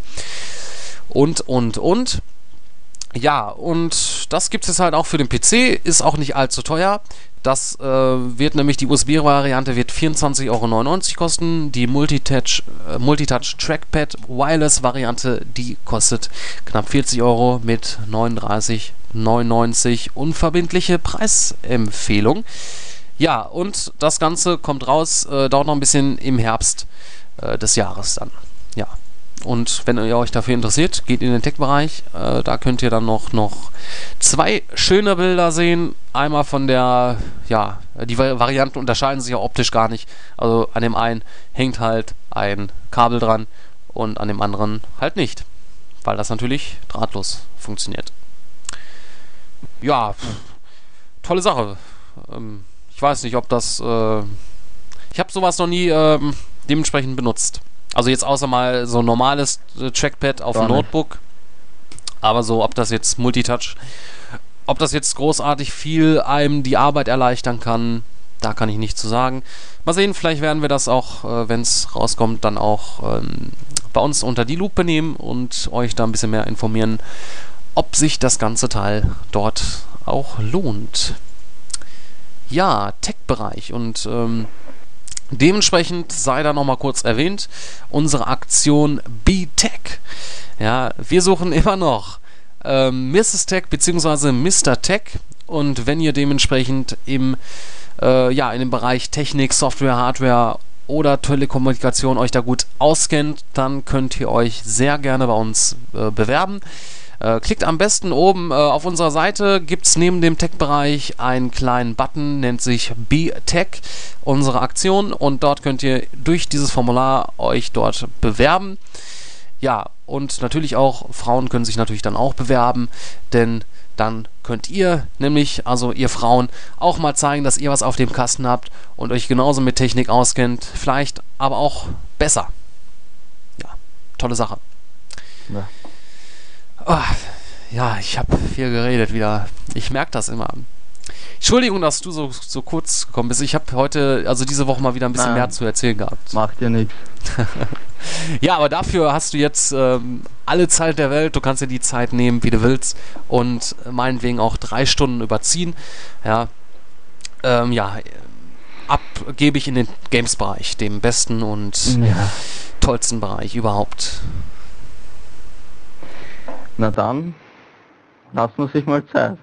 und, und, und. Ja, und das gibt es jetzt halt auch für den P C, ist auch nicht allzu teuer. Das äh, wird nämlich, die U S B-Variante wird vierundzwanzig Euro neunundneunzig kosten. Die Multitouch, äh, Multitouch Trackpad Wireless-Variante, die kostet knapp vierzig Euro mit neununddreißig Euro neunundneunzig. Unverbindliche Preisempfehlung. Ja, und das Ganze kommt raus, äh, dauert noch ein bisschen im Herbst äh, des Jahres dann. Ja. Und wenn ihr euch dafür interessiert, geht in den Tech-Bereich. Äh, da könnt ihr dann noch, noch zwei schöne Bilder sehen. Einmal von der, ja, die Varianten unterscheiden sich ja optisch gar nicht. Also an dem einen hängt halt ein Kabel dran und an dem anderen halt nicht. Weil das natürlich drahtlos funktioniert. Ja, tolle Sache. Ähm, ich weiß nicht, ob das... Äh, ich habe sowas noch nie ähm, dementsprechend benutzt. Also jetzt außer mal so ein normales äh, Trackpad auf dem Notebook. Aber so, ob das jetzt Multitouch, ob das jetzt großartig viel einem die Arbeit erleichtern kann, da kann ich nichts zu sagen. Mal sehen, vielleicht werden wir das auch, äh, wenn es rauskommt, dann auch ähm, bei uns unter die Lupe nehmen und euch da ein bisschen mehr informieren, ob sich das ganze Teil dort auch lohnt. Ja, Tech-Bereich und ähm, dementsprechend sei da nochmal kurz erwähnt, unsere Aktion B-Tech. Ja, wir suchen immer noch ähm, Misses Tech bzw. Mister Tech und wenn ihr dementsprechend im, äh, ja, in dem Bereich Technik, Software, Hardware oder Telekommunikation euch da gut auskennt, dann könnt ihr euch sehr gerne bei uns äh, bewerben. Äh, klickt am besten oben äh, auf unserer Seite, gibt es neben dem Tech-Bereich einen kleinen Button, nennt sich B-Tech, unsere Aktion, und dort könnt ihr durch dieses Formular euch dort bewerben. Ja, und natürlich auch, Frauen können sich natürlich dann auch bewerben, denn dann könnt ihr nämlich, also ihr Frauen, auch mal zeigen, dass ihr was auf dem Kasten habt und euch genauso mit Technik auskennt, vielleicht aber auch besser. Ja, tolle Sache. Ja. Oh, ja, ich habe viel geredet wieder. Ich merke das immer. Entschuldigung, dass du so, so kurz gekommen bist. Ich habe heute, also diese Woche mal wieder ein bisschen Nein, mehr zu erzählen gehabt. Macht ja nichts. Ja, aber dafür hast du jetzt ähm, alle Zeit der Welt. Du kannst dir die Zeit nehmen, wie du willst. Und meinetwegen auch drei Stunden überziehen. Ja, ähm, ja. abgebe ich in den Games-Bereich, dem besten und Ja. tollsten Bereich überhaupt. Na dann, lassen wir sich mal Zeit.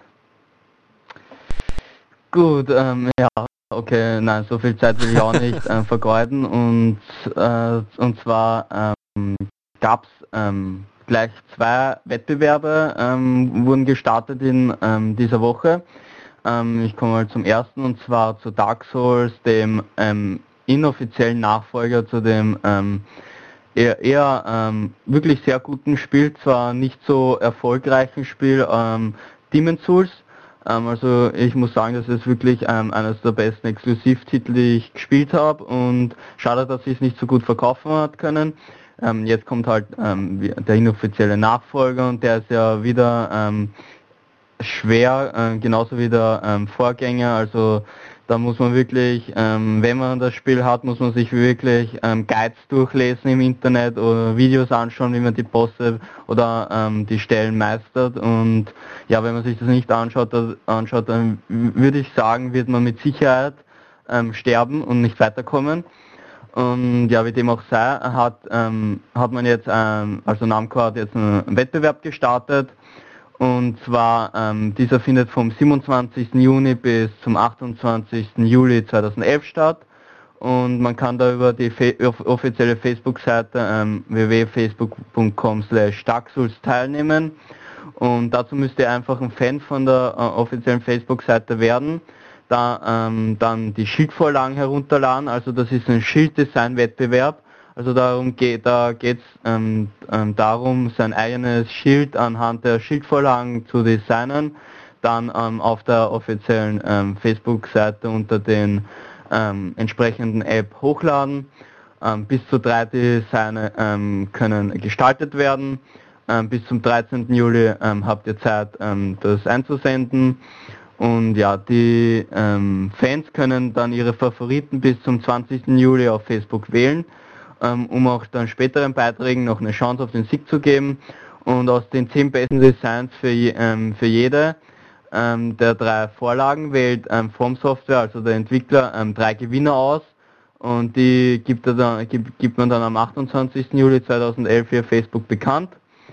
Gut, ähm, ja, okay, nein, so viel Zeit will ich auch nicht äh, vergeuden und, äh, und zwar ähm, gab es ähm, gleich zwei Wettbewerbe, ähm, wurden gestartet in ähm, dieser Woche. Ähm, ich komme mal zum ersten und zwar zu Dark Souls, dem ähm, inoffiziellen Nachfolger zu dem ähm, eher, eher ähm, wirklich sehr guten Spiel, zwar nicht so erfolgreichen Spiel, ähm, Demon's Souls. Ähm, also ich muss sagen, das ist wirklich ähm, eines der besten Exklusivtitel, die ich gespielt habe und schade, dass ich es nicht so gut verkaufen hat können. Ähm, jetzt kommt halt ähm, der inoffizielle Nachfolger und der ist ja wieder ähm, schwer, äh, genauso wie der ähm, Vorgänger, also da muss man wirklich, ähm, wenn man das Spiel hat, muss man sich wirklich ähm, Guides durchlesen im Internet oder Videos anschauen, wie man die Bosse oder ähm, die Stellen meistert und ja, wenn man sich das nicht anschaut, das, anschaut dann würde ich sagen, wird man mit Sicherheit ähm, sterben und nicht weiterkommen. Und ja, wie dem auch sei, hat, ähm, hat man jetzt, ähm, also Namco hat jetzt einen Wettbewerb gestartet. Und zwar, ähm, dieser findet vom siebenundzwanzigsten Juni bis zum achtundzwanzigsten Juli zweitausendelf statt. Und man kann da über die Fe- offizielle Facebook-Seite ähm, w w w punkt facebook punkt com slash dark souls teilnehmen. Und dazu müsst ihr einfach ein Fan von der äh, offiziellen Facebook-Seite werden. Da ähm, dann die Schildvorlagen herunterladen, also das ist ein Schilddesign-Wettbewerb. Also darum geht, da geht es ähm, ähm, darum, sein eigenes Schild anhand der Schildvorlagen zu designen, dann ähm, auf der offiziellen ähm, Facebook-Seite unter den ähm, entsprechenden App hochladen. Ähm, bis zu drei Designe ähm, können gestaltet werden. Ähm, bis zum dreizehnten Juli ähm, habt ihr Zeit, ähm, das einzusenden. Und ja, die ähm, Fans können dann ihre Favoriten bis zum zwanzigsten Juli auf Facebook wählen, ähm, um auch dann späteren Beiträgen noch eine Chance auf den Sieg zu geben. Und aus den zehn besten Designs für, je, ähm, für jede ähm, der drei Vorlagen wählt ähm, From Software, also der Entwickler, ähm, drei Gewinner aus. Und die gibt, er dann, gibt, gibt man dann am achtundzwanzigsten Juli zweitausendelf via Facebook bekannt.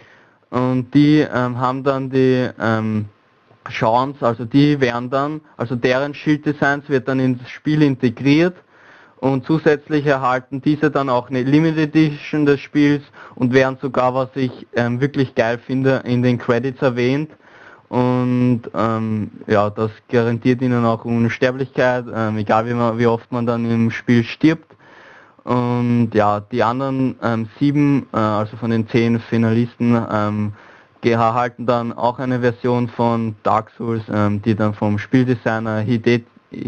Und die ähm, haben dann die ähm, Chance, also die werden dann, also deren Schilddesigns wird dann ins Spiel integriert und zusätzlich erhalten diese dann auch eine Limited Edition des Spiels und werden sogar, was ich ähm, wirklich geil finde, in den Credits erwähnt und ähm, ja, das garantiert ihnen auch Unsterblichkeit, ähm, egal wie, man, wie oft man dann im Spiel stirbt. Und ja, die anderen ähm, sieben, äh, also von den zehn Finalisten, ähm, erhalten dann auch eine Version von Dark Souls, ähm, die dann vom Spieldesigner Hide,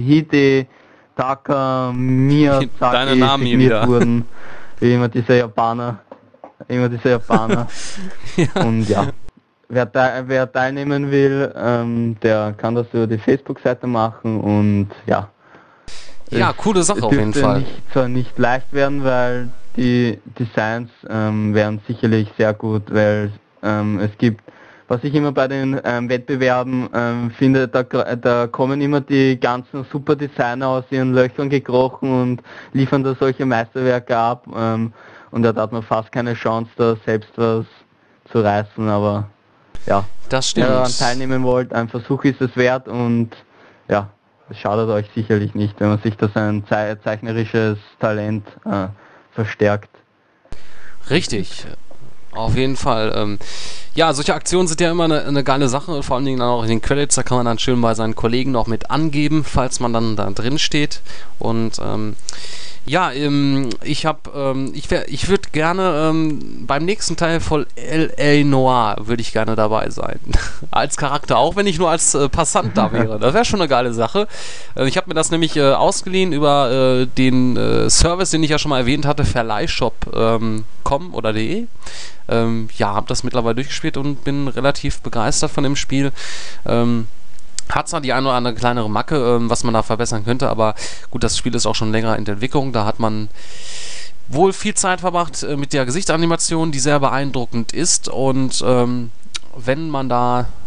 Hidetaka Miyazaki signiert wurden. Wie immer diese Japaner. Immer diese Japaner. Ja. Und ja, wer, te wer teilnehmen will, ähm, der kann das über die Facebook-Seite machen und ja. Ja, es, coole Sache es auf jeden Fall. Nicht, zwar nicht leicht werden, weil die Designs ähm, wären sicherlich sehr gut, weil Ähm, es gibt, was ich immer bei den ähm, Wettbewerben ähm, finde, da, da kommen immer die ganzen super Designer aus ihren Löchern gekrochen und liefern da solche Meisterwerke ab ähm, und da hat man fast keine Chance, da selbst was zu reißen, aber ja, das stimmt. Wenn ihr daran teilnehmen wollt, ein Versuch ist es wert und ja, es schadet euch sicherlich nicht, wenn man sich da sein ze zeichnerisches Talent äh, verstärkt. Richtig. Auf jeden Fall. Ähm, ja, solche Aktionen sind ja immer eine, eine geile Sache, vor allen Dingen dann auch in den Credits, da kann man dann schön bei seinen Kollegen noch mit angeben, falls man dann da drin steht. Und ähm, ja, ähm, ich habe, ähm, ich, ich würde gerne ähm, beim nächsten Teil von L A. Noire würde ich gerne dabei sein. Als Charakter, auch wenn ich nur als äh, Passant da wäre. Das wäre schon eine geile Sache. Äh, ich habe mir das nämlich äh, ausgeliehen über äh, den äh, Service, den ich ja schon mal erwähnt hatte, verleihshop punkt com ähm, oder de. Ähm, ja, habe das mittlerweile durchgespielt und bin relativ begeistert von dem Spiel. Ähm, Hat zwar die eine oder andere kleinere Macke, ähm, was man da verbessern könnte, aber gut, das Spiel ist auch schon länger in der Entwicklung. Da hat man wohl viel Zeit verbracht äh, mit der Gesichtsanimation, die sehr beeindruckend ist. Und ähm, wenn man da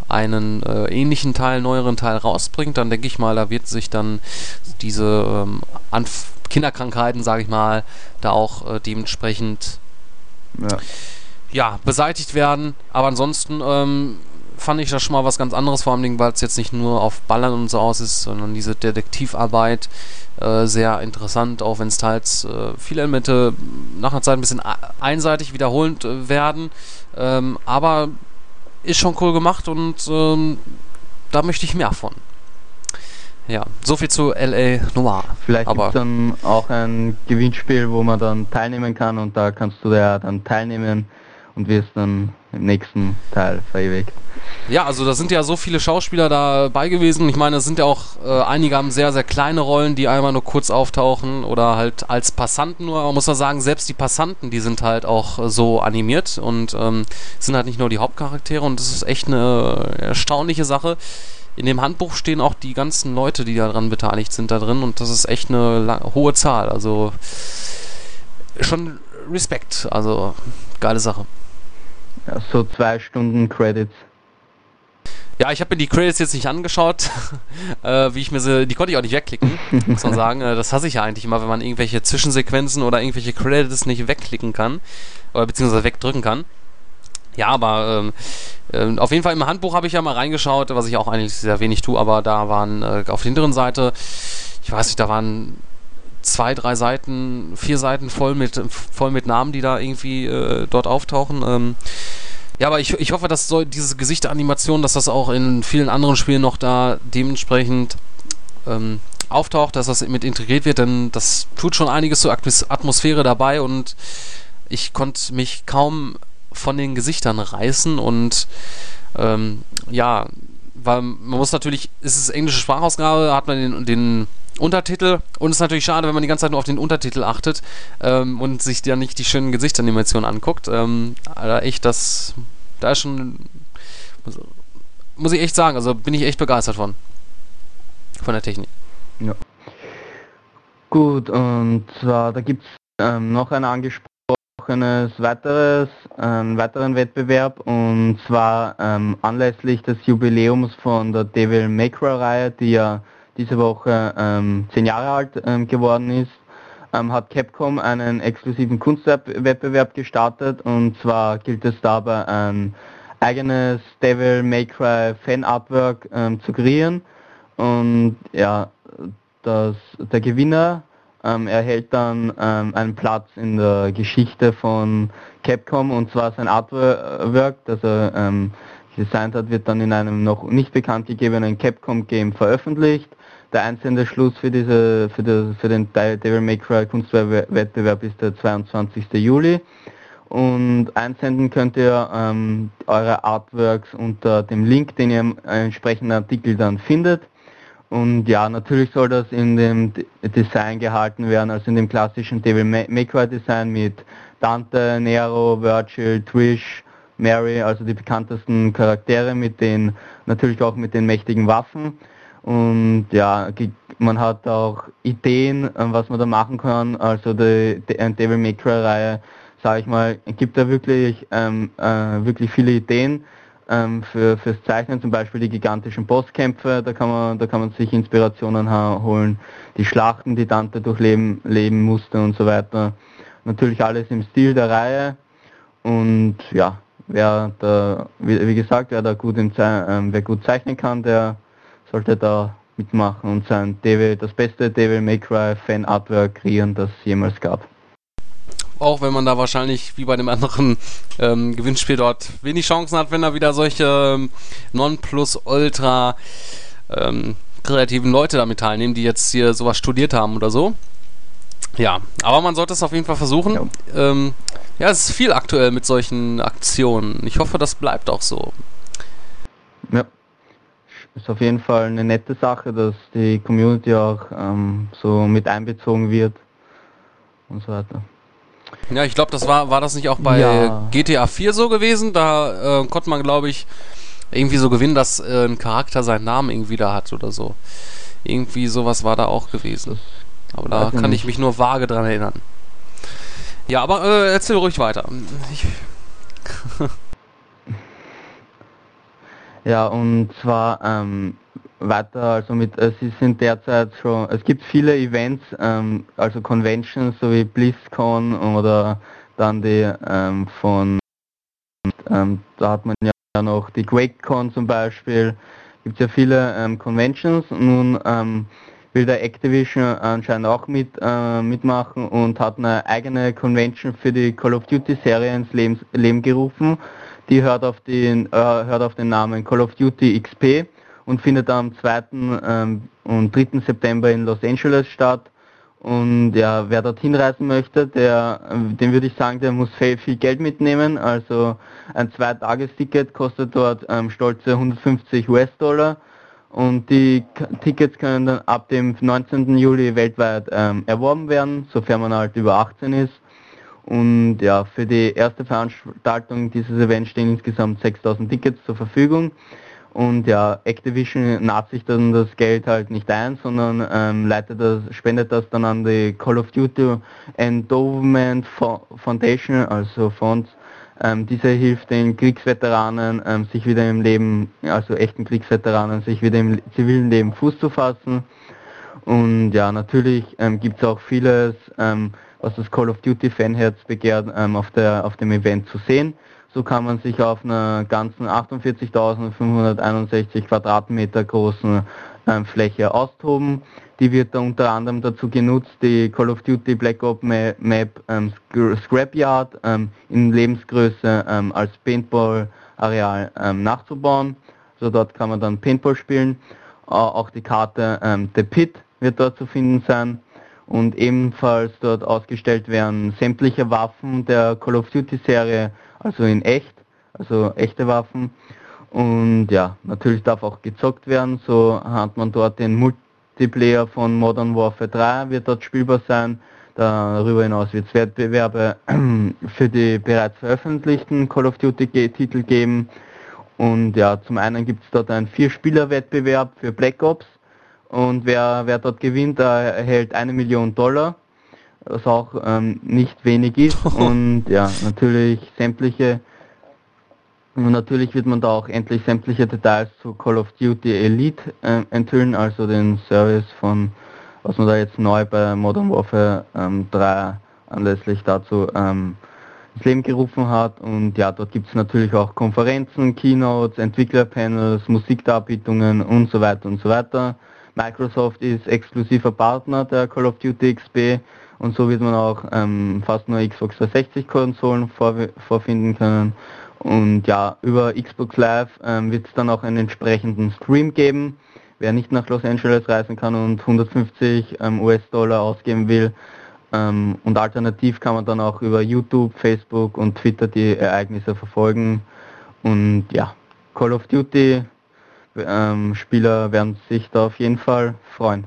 einen äh, ähnlichen Teil, neueren Teil rausbringt, dann denke ich mal, da wird sich dann diese ähm, Anf- Kinderkrankheiten, sage ich mal, da auch äh, dementsprechend Ja. ja, beseitigt werden. Aber ansonsten ähm, fand ich das schon mal was ganz anderes, vor allem, weil es jetzt nicht nur auf Ballern und so aus ist, sondern diese Detektivarbeit äh, sehr interessant, auch wenn es teils äh, viele Elemente nach einer Zeit ein bisschen einseitig wiederholend äh, werden. Ähm, aber ist schon cool gemacht und ähm, da möchte ich mehr von. Ja, soviel zu L A Noire. Vielleicht gibt Aber es dann auch ein Gewinnspiel, wo man dann teilnehmen kann und da kannst du ja dann teilnehmen und wirst dann im nächsten Teil verewigt. ja, also da sind ja so viele Schauspieler dabei gewesen. Ich meine, es sind ja auch, äh, einige haben sehr, sehr kleine Rollen, die einmal nur kurz auftauchen oder halt als Passanten nur. Man muss ja sagen, selbst die Passanten, die sind halt auch äh, so animiert und ähm, sind halt nicht nur die Hauptcharaktere und das ist echt eine äh, erstaunliche Sache. In dem Handbuch stehen auch die ganzen Leute, die daran beteiligt sind, da drin und das ist echt eine la- hohe Zahl. Also schon Respekt, also geile Sache. Ja, so zwei Stunden Credits. Ja, ich habe mir die Credits jetzt nicht angeschaut, äh, wie ich mir sie, die konnte ich auch nicht wegklicken, muss man sagen. Äh, das hasse ich ja eigentlich immer, wenn man irgendwelche Zwischensequenzen oder irgendwelche Credits nicht wegklicken kann oder beziehungsweise wegdrücken kann. Ja, aber ähm, äh, auf jeden Fall im Handbuch habe ich ja mal reingeschaut, was ich auch eigentlich sehr wenig tue, aber da waren äh, auf der hinteren Seite, ich weiß nicht, da waren zwei, drei Seiten, vier Seiten voll mit voll mit Namen, die da irgendwie äh, dort auftauchen. Ähm, ja, aber ich, ich hoffe, dass so diese Gesichtsanimation, dass das auch in vielen anderen Spielen noch da dementsprechend ähm, auftaucht, dass das mit integriert wird, denn das tut schon einiges zur Atmosphäre dabei und ich konnte mich kaum von den Gesichtern reißen und ähm, ja, weil man muss natürlich, ist es englische Sprachausgabe, hat man den, den Untertitel und es ist natürlich schade, wenn man die ganze Zeit nur auf den Untertitel achtet ähm, und sich dann nicht die schönen Gesichtsanimationen anguckt. Ähm, da echt das, da ist schon, muss, muss ich echt sagen, also bin ich echt begeistert von, von der Technik. Ja. Gut, und zwar, da gibt es ähm, noch ein angesprochenes weiteres, einen weiteren Wettbewerb und zwar ähm, anlässlich des Jubiläums von der Devil May Cry Reihe, die ja diese Woche ähm, zehn Jahre alt ähm, geworden ist, ähm, hat Capcom einen exklusiven Kunstwettbewerb gestartet und zwar gilt es dabei ein eigenes Devil May Cry Fan Artwork ähm, zu kreieren und ja, das, der Gewinner ähm, erhält dann ähm, einen Platz in der Geschichte von Capcom und zwar sein Artwork, das er ähm, designt hat, wird dann in einem noch nicht bekannt gegebenen Capcom Game veröffentlicht. Der Einsendungsschluss für diese für, die, für den Devil May Cry Kunstwettbewerb ist der zweiundzwanzigster Juli und einsenden könnt ihr ähm, eure Artworks unter dem Link, den ihr im entsprechenden Artikel dann findet. Und ja, natürlich soll das in dem D- Design gehalten werden, also in dem klassischen Devil May, May Cry Design mit Dante, Nero, Virgil, Trish, Mary, also die bekanntesten Charaktere mit den, natürlich auch mit den mächtigen Waffen. Und ja, man hat auch Ideen, was man da machen kann. Also die, die Devil May Cry Reihe, sage ich mal, gibt da wirklich ähm, äh, wirklich viele Ideen ähm, für fürs Zeichnen. Zum Beispiel die gigantischen Bosskämpfe, da kann man da kann man sich Inspirationen ha- holen. Die Schlachten, die Dante durchleben leben musste und so weiter. Natürlich alles im Stil der Reihe. Und ja, wer da, wie, wie gesagt, wer da gut im Ze- ähm, wer gut zeichnen kann, der sollte da mitmachen und sein Devil, das beste Devil May Cry Fan Artwork kreieren, das es jemals gab. Auch wenn man da wahrscheinlich wie bei dem anderen ähm, Gewinnspiel dort wenig Chancen hat, wenn da wieder solche ähm, Non-Plus-Ultra ähm, kreativen Leute damit teilnehmen, die jetzt hier sowas studiert haben oder so. Ja, aber man sollte es auf jeden Fall versuchen. Ja. Ähm, ja, es ist viel aktuell mit solchen Aktionen. Ich hoffe, das bleibt auch so. Ja, ist auf jeden Fall eine nette Sache, dass die Community auch ähm, so mit einbezogen wird und so weiter. Ja, ich glaube, das war, war das nicht auch bei Ja. G T A vier so gewesen? Da äh, konnte man, glaube ich, irgendwie so gewinnen, dass äh, ein Charakter seinen Namen irgendwie da hat oder so. Irgendwie sowas war da auch gewesen. Aber da Weiß ich kann nicht. ich mich nur vage dran erinnern. Ja, aber äh, erzähl ruhig weiter. Ich, Ja, und zwar ähm, weiter, also mit, es sind derzeit schon, es gibt viele Events, ähm, also Conventions, so wie BlizzCon oder dann die ähm, von, ähm, da hat man ja noch die QuakeCon zum Beispiel, gibt ja viele ähm, Conventions. Nun ähm, will der Activision anscheinend auch mit, äh, mitmachen und hat eine eigene Convention für die Call of Duty Serie ins Leben, Leben gerufen. Die hört auf den, äh, hört auf den Namen Call of Duty X P und findet am zweiten Ähm, und dritten September in Los Angeles statt. Und ja, wer dorthin reisen möchte, der, dem würde ich sagen, der muss viel, viel Geld mitnehmen. Also ein Zweitagesticket kostet dort ähm, stolze hundertfünfzig US-Dollar. Und die K Tickets können dann ab dem neunzehnten Juli weltweit ähm, erworben werden, sofern man halt über achtzehn ist. Und ja, für die erste Veranstaltung dieses Events stehen insgesamt sechstausend Tickets zur Verfügung. Und ja, Activision naht sich dann das Geld halt nicht ein, sondern ähm, leitet das, spendet das dann an die Call of Duty Endowment Foundation, also Fonds. Ähm, diese hilft den Kriegsveteranen, ähm, sich wieder im Leben, also echten Kriegsveteranen, sich wieder im zivilen Leben Fuß zu fassen. Und ja, natürlich ähm, gibt es auch vieles, ähm, was das Call of Duty Fanherz begehrt, ähm, auf, der, auf dem Event zu sehen. So kann man sich auf einer ganzen achtundvierzigtausendfünfhunderteinundsechzig Quadratmeter großen ähm, Fläche austoben. Die wird da unter anderem dazu genutzt, die Call of Duty Black Ops Map ähm, Scrapyard ähm, in Lebensgröße ähm, als Paintball-Areal ähm, nachzubauen. So dort kann man dann Paintball spielen. Äh, auch die Karte ähm, The Pit wird dort zu finden sein. Und ebenfalls dort ausgestellt werden sämtliche Waffen der Call of Duty Serie, also in echt, also echte Waffen. Und ja, natürlich darf auch gezockt werden, so hat man dort den Multiplayer von Modern Warfare drei, wird dort spielbar sein. Darüber hinaus wird es Wettbewerbe für die bereits veröffentlichten Call of Duty Titel geben. Und ja, zum einen gibt es dort einen Vier-Spieler-Wettbewerb für Black Ops. Und wer, wer dort gewinnt, der erhält eine Million Dollar, was auch ähm, nicht wenig ist. Und ja, natürlich sämtliche, und natürlich wird man da auch endlich sämtliche Details zu Call of Duty Elite äh, enthüllen, also den Service von, was man da jetzt neu bei Modern Warfare ähm, drei anlässlich dazu ähm, ins Leben gerufen hat. Und ja, dort gibt es natürlich auch Konferenzen, Keynotes, Entwicklerpanels, Musikdarbietungen und so weiter und so weiter. Microsoft ist exklusiver Partner der Call of Duty X P und so wird man auch ähm, fast nur Xbox dreihundertsechzig Konsolen vor, vorfinden können. Und ja, über Xbox Live ähm, wird es dann auch einen entsprechenden Stream geben. Wer nicht nach Los Angeles reisen kann und hundertfünfzig ähm, US-Dollar ausgeben will. Ähm, und alternativ kann man dann auch über YouTube, Facebook und Twitter die Ereignisse verfolgen. Und ja, Call of Duty Ähm, Spieler werden sich da auf jeden Fall freuen.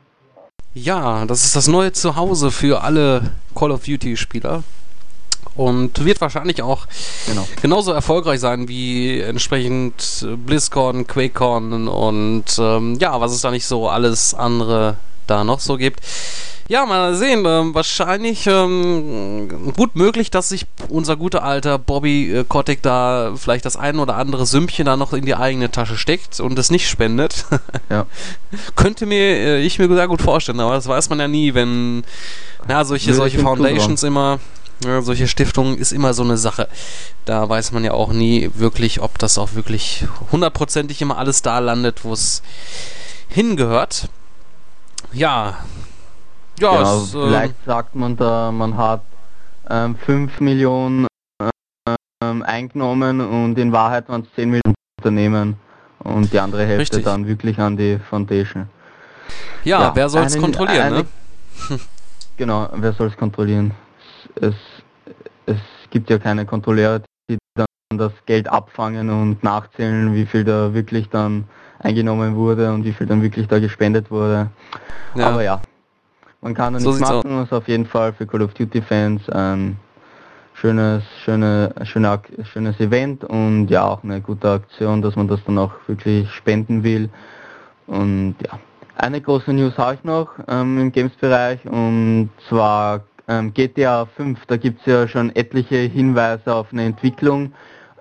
Ja, das ist das neue Zuhause für alle Call of Duty Spieler und wird wahrscheinlich auch genau. genauso erfolgreich sein wie entsprechend BlizzCon, QuakeCon und ähm, ja, was es da nicht so alles andere da noch so gibt. Ja, mal sehen, ähm, wahrscheinlich ähm, gut möglich, dass sich unser guter alter Bobby äh, Kotick da vielleicht das ein oder andere Sümmchen da noch in die eigene Tasche steckt und es nicht spendet. Ja. Könnte mir äh, ich mir sehr gut vorstellen, aber das weiß man ja nie, wenn ja, solche, solche Foundations immer, ja, solche Stiftungen ist immer so eine Sache. Da weiß man ja auch nie wirklich, ob das auch wirklich hundertprozentig immer alles da landet, wo es hingehört. Ja, Ja, genau, es, vielleicht ähm, sagt man da, man hat ähm, fünf Millionen ähm, eingenommen und in Wahrheit waren es zehn Millionen Unternehmen und die andere Hälfte richtig. Dann wirklich an die Foundation. Ja, ja wer soll es kontrollieren, eine, ne? Genau, wer soll es kontrollieren? Es, es gibt ja keine Kontrolleure, die dann das Geld abfangen und nachzählen, wie viel da wirklich dann eingenommen wurde und wie viel dann wirklich da gespendet wurde. Ja. Aber ja. Man kann da so nichts machen, es ist auf jeden Fall für Call of Duty Fans ein schönes, schöne, schöne, schönes Event und ja auch eine gute Aktion, dass man das dann auch wirklich spenden will. Und ja, eine große News habe ich noch ähm, im Games-Bereich und zwar ähm, G T A fünf, da gibt es ja schon etliche Hinweise auf eine Entwicklung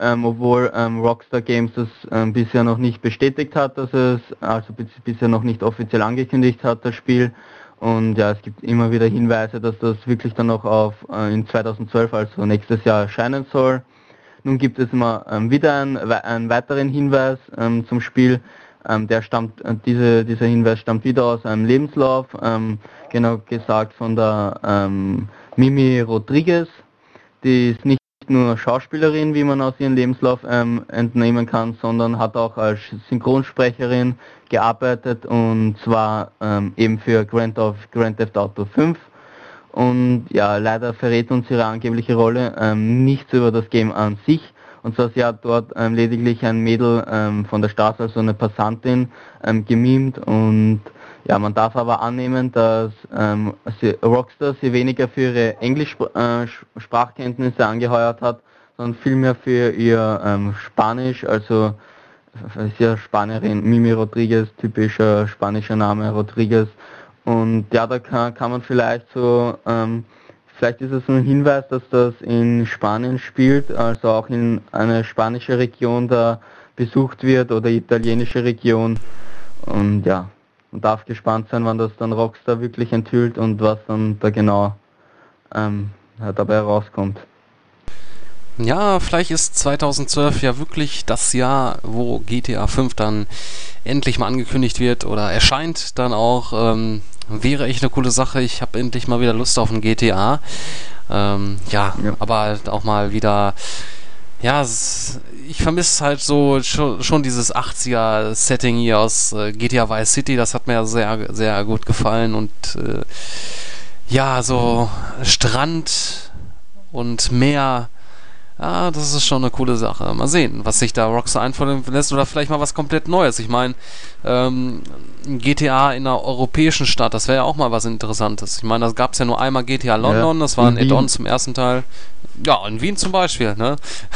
ähm, obwohl ähm, Rockstar Games das ähm, bisher noch nicht bestätigt hat, dass es, also bis, bisher noch nicht offiziell angekündigt hat, das Spiel. Und ja, es gibt immer wieder Hinweise, dass das wirklich dann noch auf äh, in zweitausendzwölf, also nächstes Jahr, erscheinen soll. Nun gibt es immer ähm, wieder einen, einen weiteren Hinweis ähm, zum Spiel. Ähm, der stammt, äh, diese, dieser Hinweis stammt wieder aus einem Lebenslauf, ähm, genau gesagt von der ähm, Mimi Rodriguez. Die ist nicht nur Schauspielerin, wie man aus ihrem Lebenslauf ähm, entnehmen kann, sondern hat auch als Synchronsprecherin gearbeitet, und zwar ähm, eben für Grand, of, Grand Theft Auto fünf. Und ja, leider verrät uns ihre angebliche Rolle ähm, nichts über das Game an sich. Und zwar, sie hat dort ähm, lediglich ein Mädel ähm, von der Straße, also eine Passantin, ähm, gemimt. Und ja, man darf aber annehmen, dass ähm, sie, Rockstar sie weniger für ihre Englisch-Sprachkenntnisse äh, angeheuert hat, sondern vielmehr für ihr ähm, Spanisch, also ist ja Spanierin, Mimi Rodriguez, typischer spanischer Name, Rodriguez. Und ja, da kann, kann man vielleicht so, ähm, vielleicht ist es ein Hinweis, dass das in Spanien spielt, also auch in eine spanische Region da besucht wird oder italienische Region. Und ja, man darf gespannt sein, wann das dann Rockstar wirklich enthüllt und was dann da genau ähm, dabei rauskommt. Ja, vielleicht ist zweitausendzwölf ja wirklich das Jahr, wo G T A fünf dann endlich mal angekündigt wird oder erscheint dann auch. Ähm, wäre echt eine coole Sache. Ich habe endlich mal wieder Lust auf ein G T A. Ähm, ja, ja, aber halt auch mal wieder... Ja, es, ich vermisse halt so schon, schon dieses achtziger-Setting hier aus äh, G T A Vice City. Das hat mir ja sehr, sehr gut gefallen. Und äh, ja, so Strand und Meer... Ja, das ist schon eine coole Sache. Mal sehen, was sich da Rockstar einfallen lässt oder vielleicht mal was komplett Neues. Ich meine, ähm, G T A in einer europäischen Stadt, das wäre ja auch mal was Interessantes. Ich meine, da gab es ja nur einmal G T A London, ja, das war ein Add-on zum ersten Teil. Ja, in Wien zum Beispiel, ne?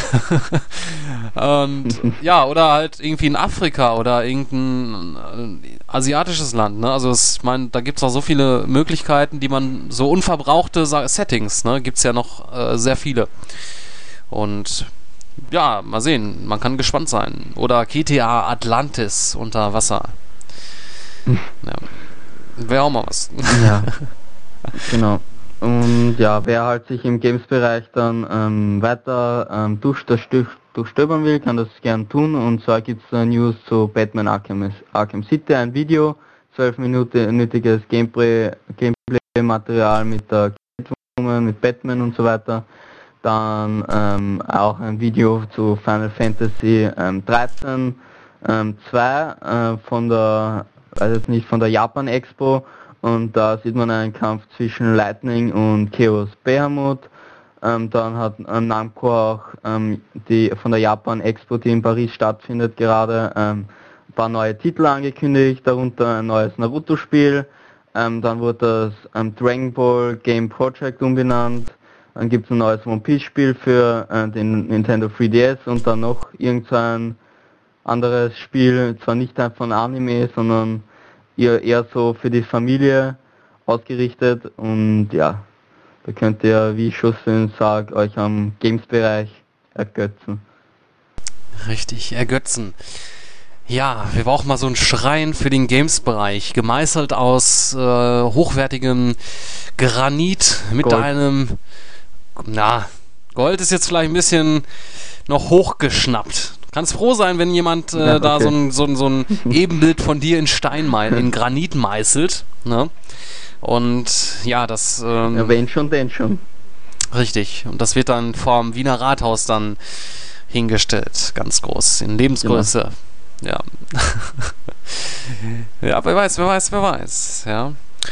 Und ja, oder halt irgendwie in Afrika oder irgendein äh, asiatisches Land, ne? Also es, ich meine, da gibt es auch so viele Möglichkeiten, die man, so unverbrauchte Settings, ne? Gibt es ja noch äh, sehr viele. Und ja, mal sehen, man kann gespannt sein. Oder G T A Atlantis unter Wasser. Ja, wäre auch mal was. Ja, genau. Und ja, wer halt sich im Games-Bereich dann ähm, weiter ähm, durch, durch, durchstöbern will, kann das gern tun. Und zwar gibt es News zu Batman Arkham, Arkham City, ein Video, zwölfminütiges Gameplay, Gameplay-Material mit der Catwoman, mit Batman und so weiter. Dann ähm, auch ein Video zu Final Fantasy ähm, dreizehn ähm, zwei äh, von der, weiß jetzt nicht, von der Japan Expo, und da sieht man einen Kampf zwischen Lightning und Chaos Behemoth. Ähm, dann hat ähm, Namco auch ähm, die von der Japan Expo, die in Paris stattfindet, gerade ähm, ein paar neue Titel angekündigt, darunter ein neues Naruto-Spiel. Ähm, dann wurde das ähm, Dragon Ball Game Project umbenannt. Dann gibt es ein neues One Piece Spiel für äh, den Nintendo drei D S und dann noch irgendein anderes Spiel, zwar nicht von Anime, sondern eher, eher so für die Familie ausgerichtet. Und ja, da könnt ihr, wie ich schon sage, euch am Games-Bereich ergötzen. Richtig, ergötzen. Ja, wir brauchen mal so einen Schrein für den Games-Bereich, gemeißelt aus äh, hochwertigem Granit mit Gold. einem... Na, Gold ist jetzt vielleicht ein bisschen noch hochgeschnappt. Du kannst froh sein, wenn jemand äh, ja, okay. da so ein, so, ein, so ein Ebenbild von dir in Stein, in Granit meißelt. Ne? Und ja, das... Ähm, ja, wenn schon, denn schon. Richtig. Und das wird dann vorm Wiener Rathaus dann hingestellt. Ganz groß, in Lebensgröße. Genau. Ja. Ja, wer weiß, wer weiß, wer weiß. Ja,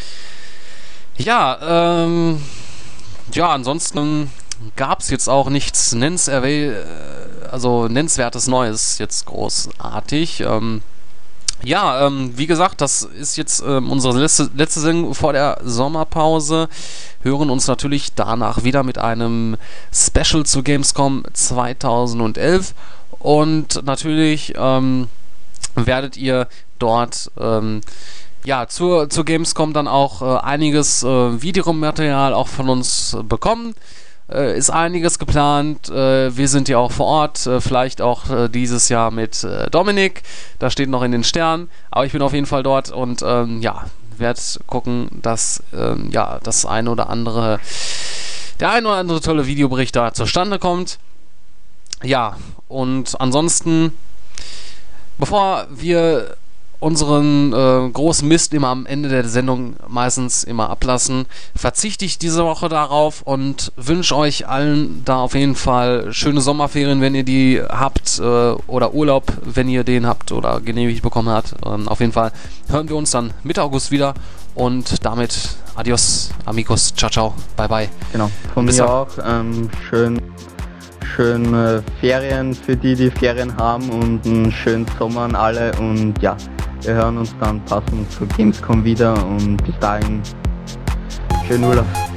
ja ähm... Ja, ansonsten gab es jetzt auch nichts nennens also nennenswertes Neues jetzt großartig. Ähm, ja, ähm, wie gesagt, das ist jetzt ähm, unsere letzte, letzte Sendung vor der Sommerpause. Hören uns natürlich danach wieder mit einem Special zu Gamescom zweitausendelf. Und natürlich ähm, werdet ihr dort... Ähm, Ja, zur, zur Gamescom dann auch äh, einiges äh, Videomaterial auch von uns äh, bekommen. äh, ist einiges geplant. Äh, wir sind ja auch vor Ort, äh, vielleicht auch äh, dieses Jahr mit äh, Dominik. Das steht noch in den Sternen, aber ich bin auf jeden Fall dort und ähm, ja, werde gucken, dass ähm, ja, das ein oder andere, der ein oder andere tolle Videobericht da zustande kommt. Ja, und ansonsten, bevor wir unseren äh, großen Mist immer am Ende der Sendung meistens immer ablassen, verzichte ich diese Woche darauf und wünsche euch allen da auf jeden Fall schöne Sommerferien, wenn ihr die habt, äh, oder Urlaub, wenn ihr den habt oder genehmigt bekommen habt. Ähm, auf jeden Fall hören wir uns dann Mitte August wieder und damit adios, amigos, ciao, ciao, bye, bye. Genau, von Bis mir dann. auch ähm, schön, schön äh, Ferien für die, die Ferien haben und einen schönen Sommer an alle und ja, wir hören uns dann passend zur Gamescom wieder und bis dahin schönen Urlaub.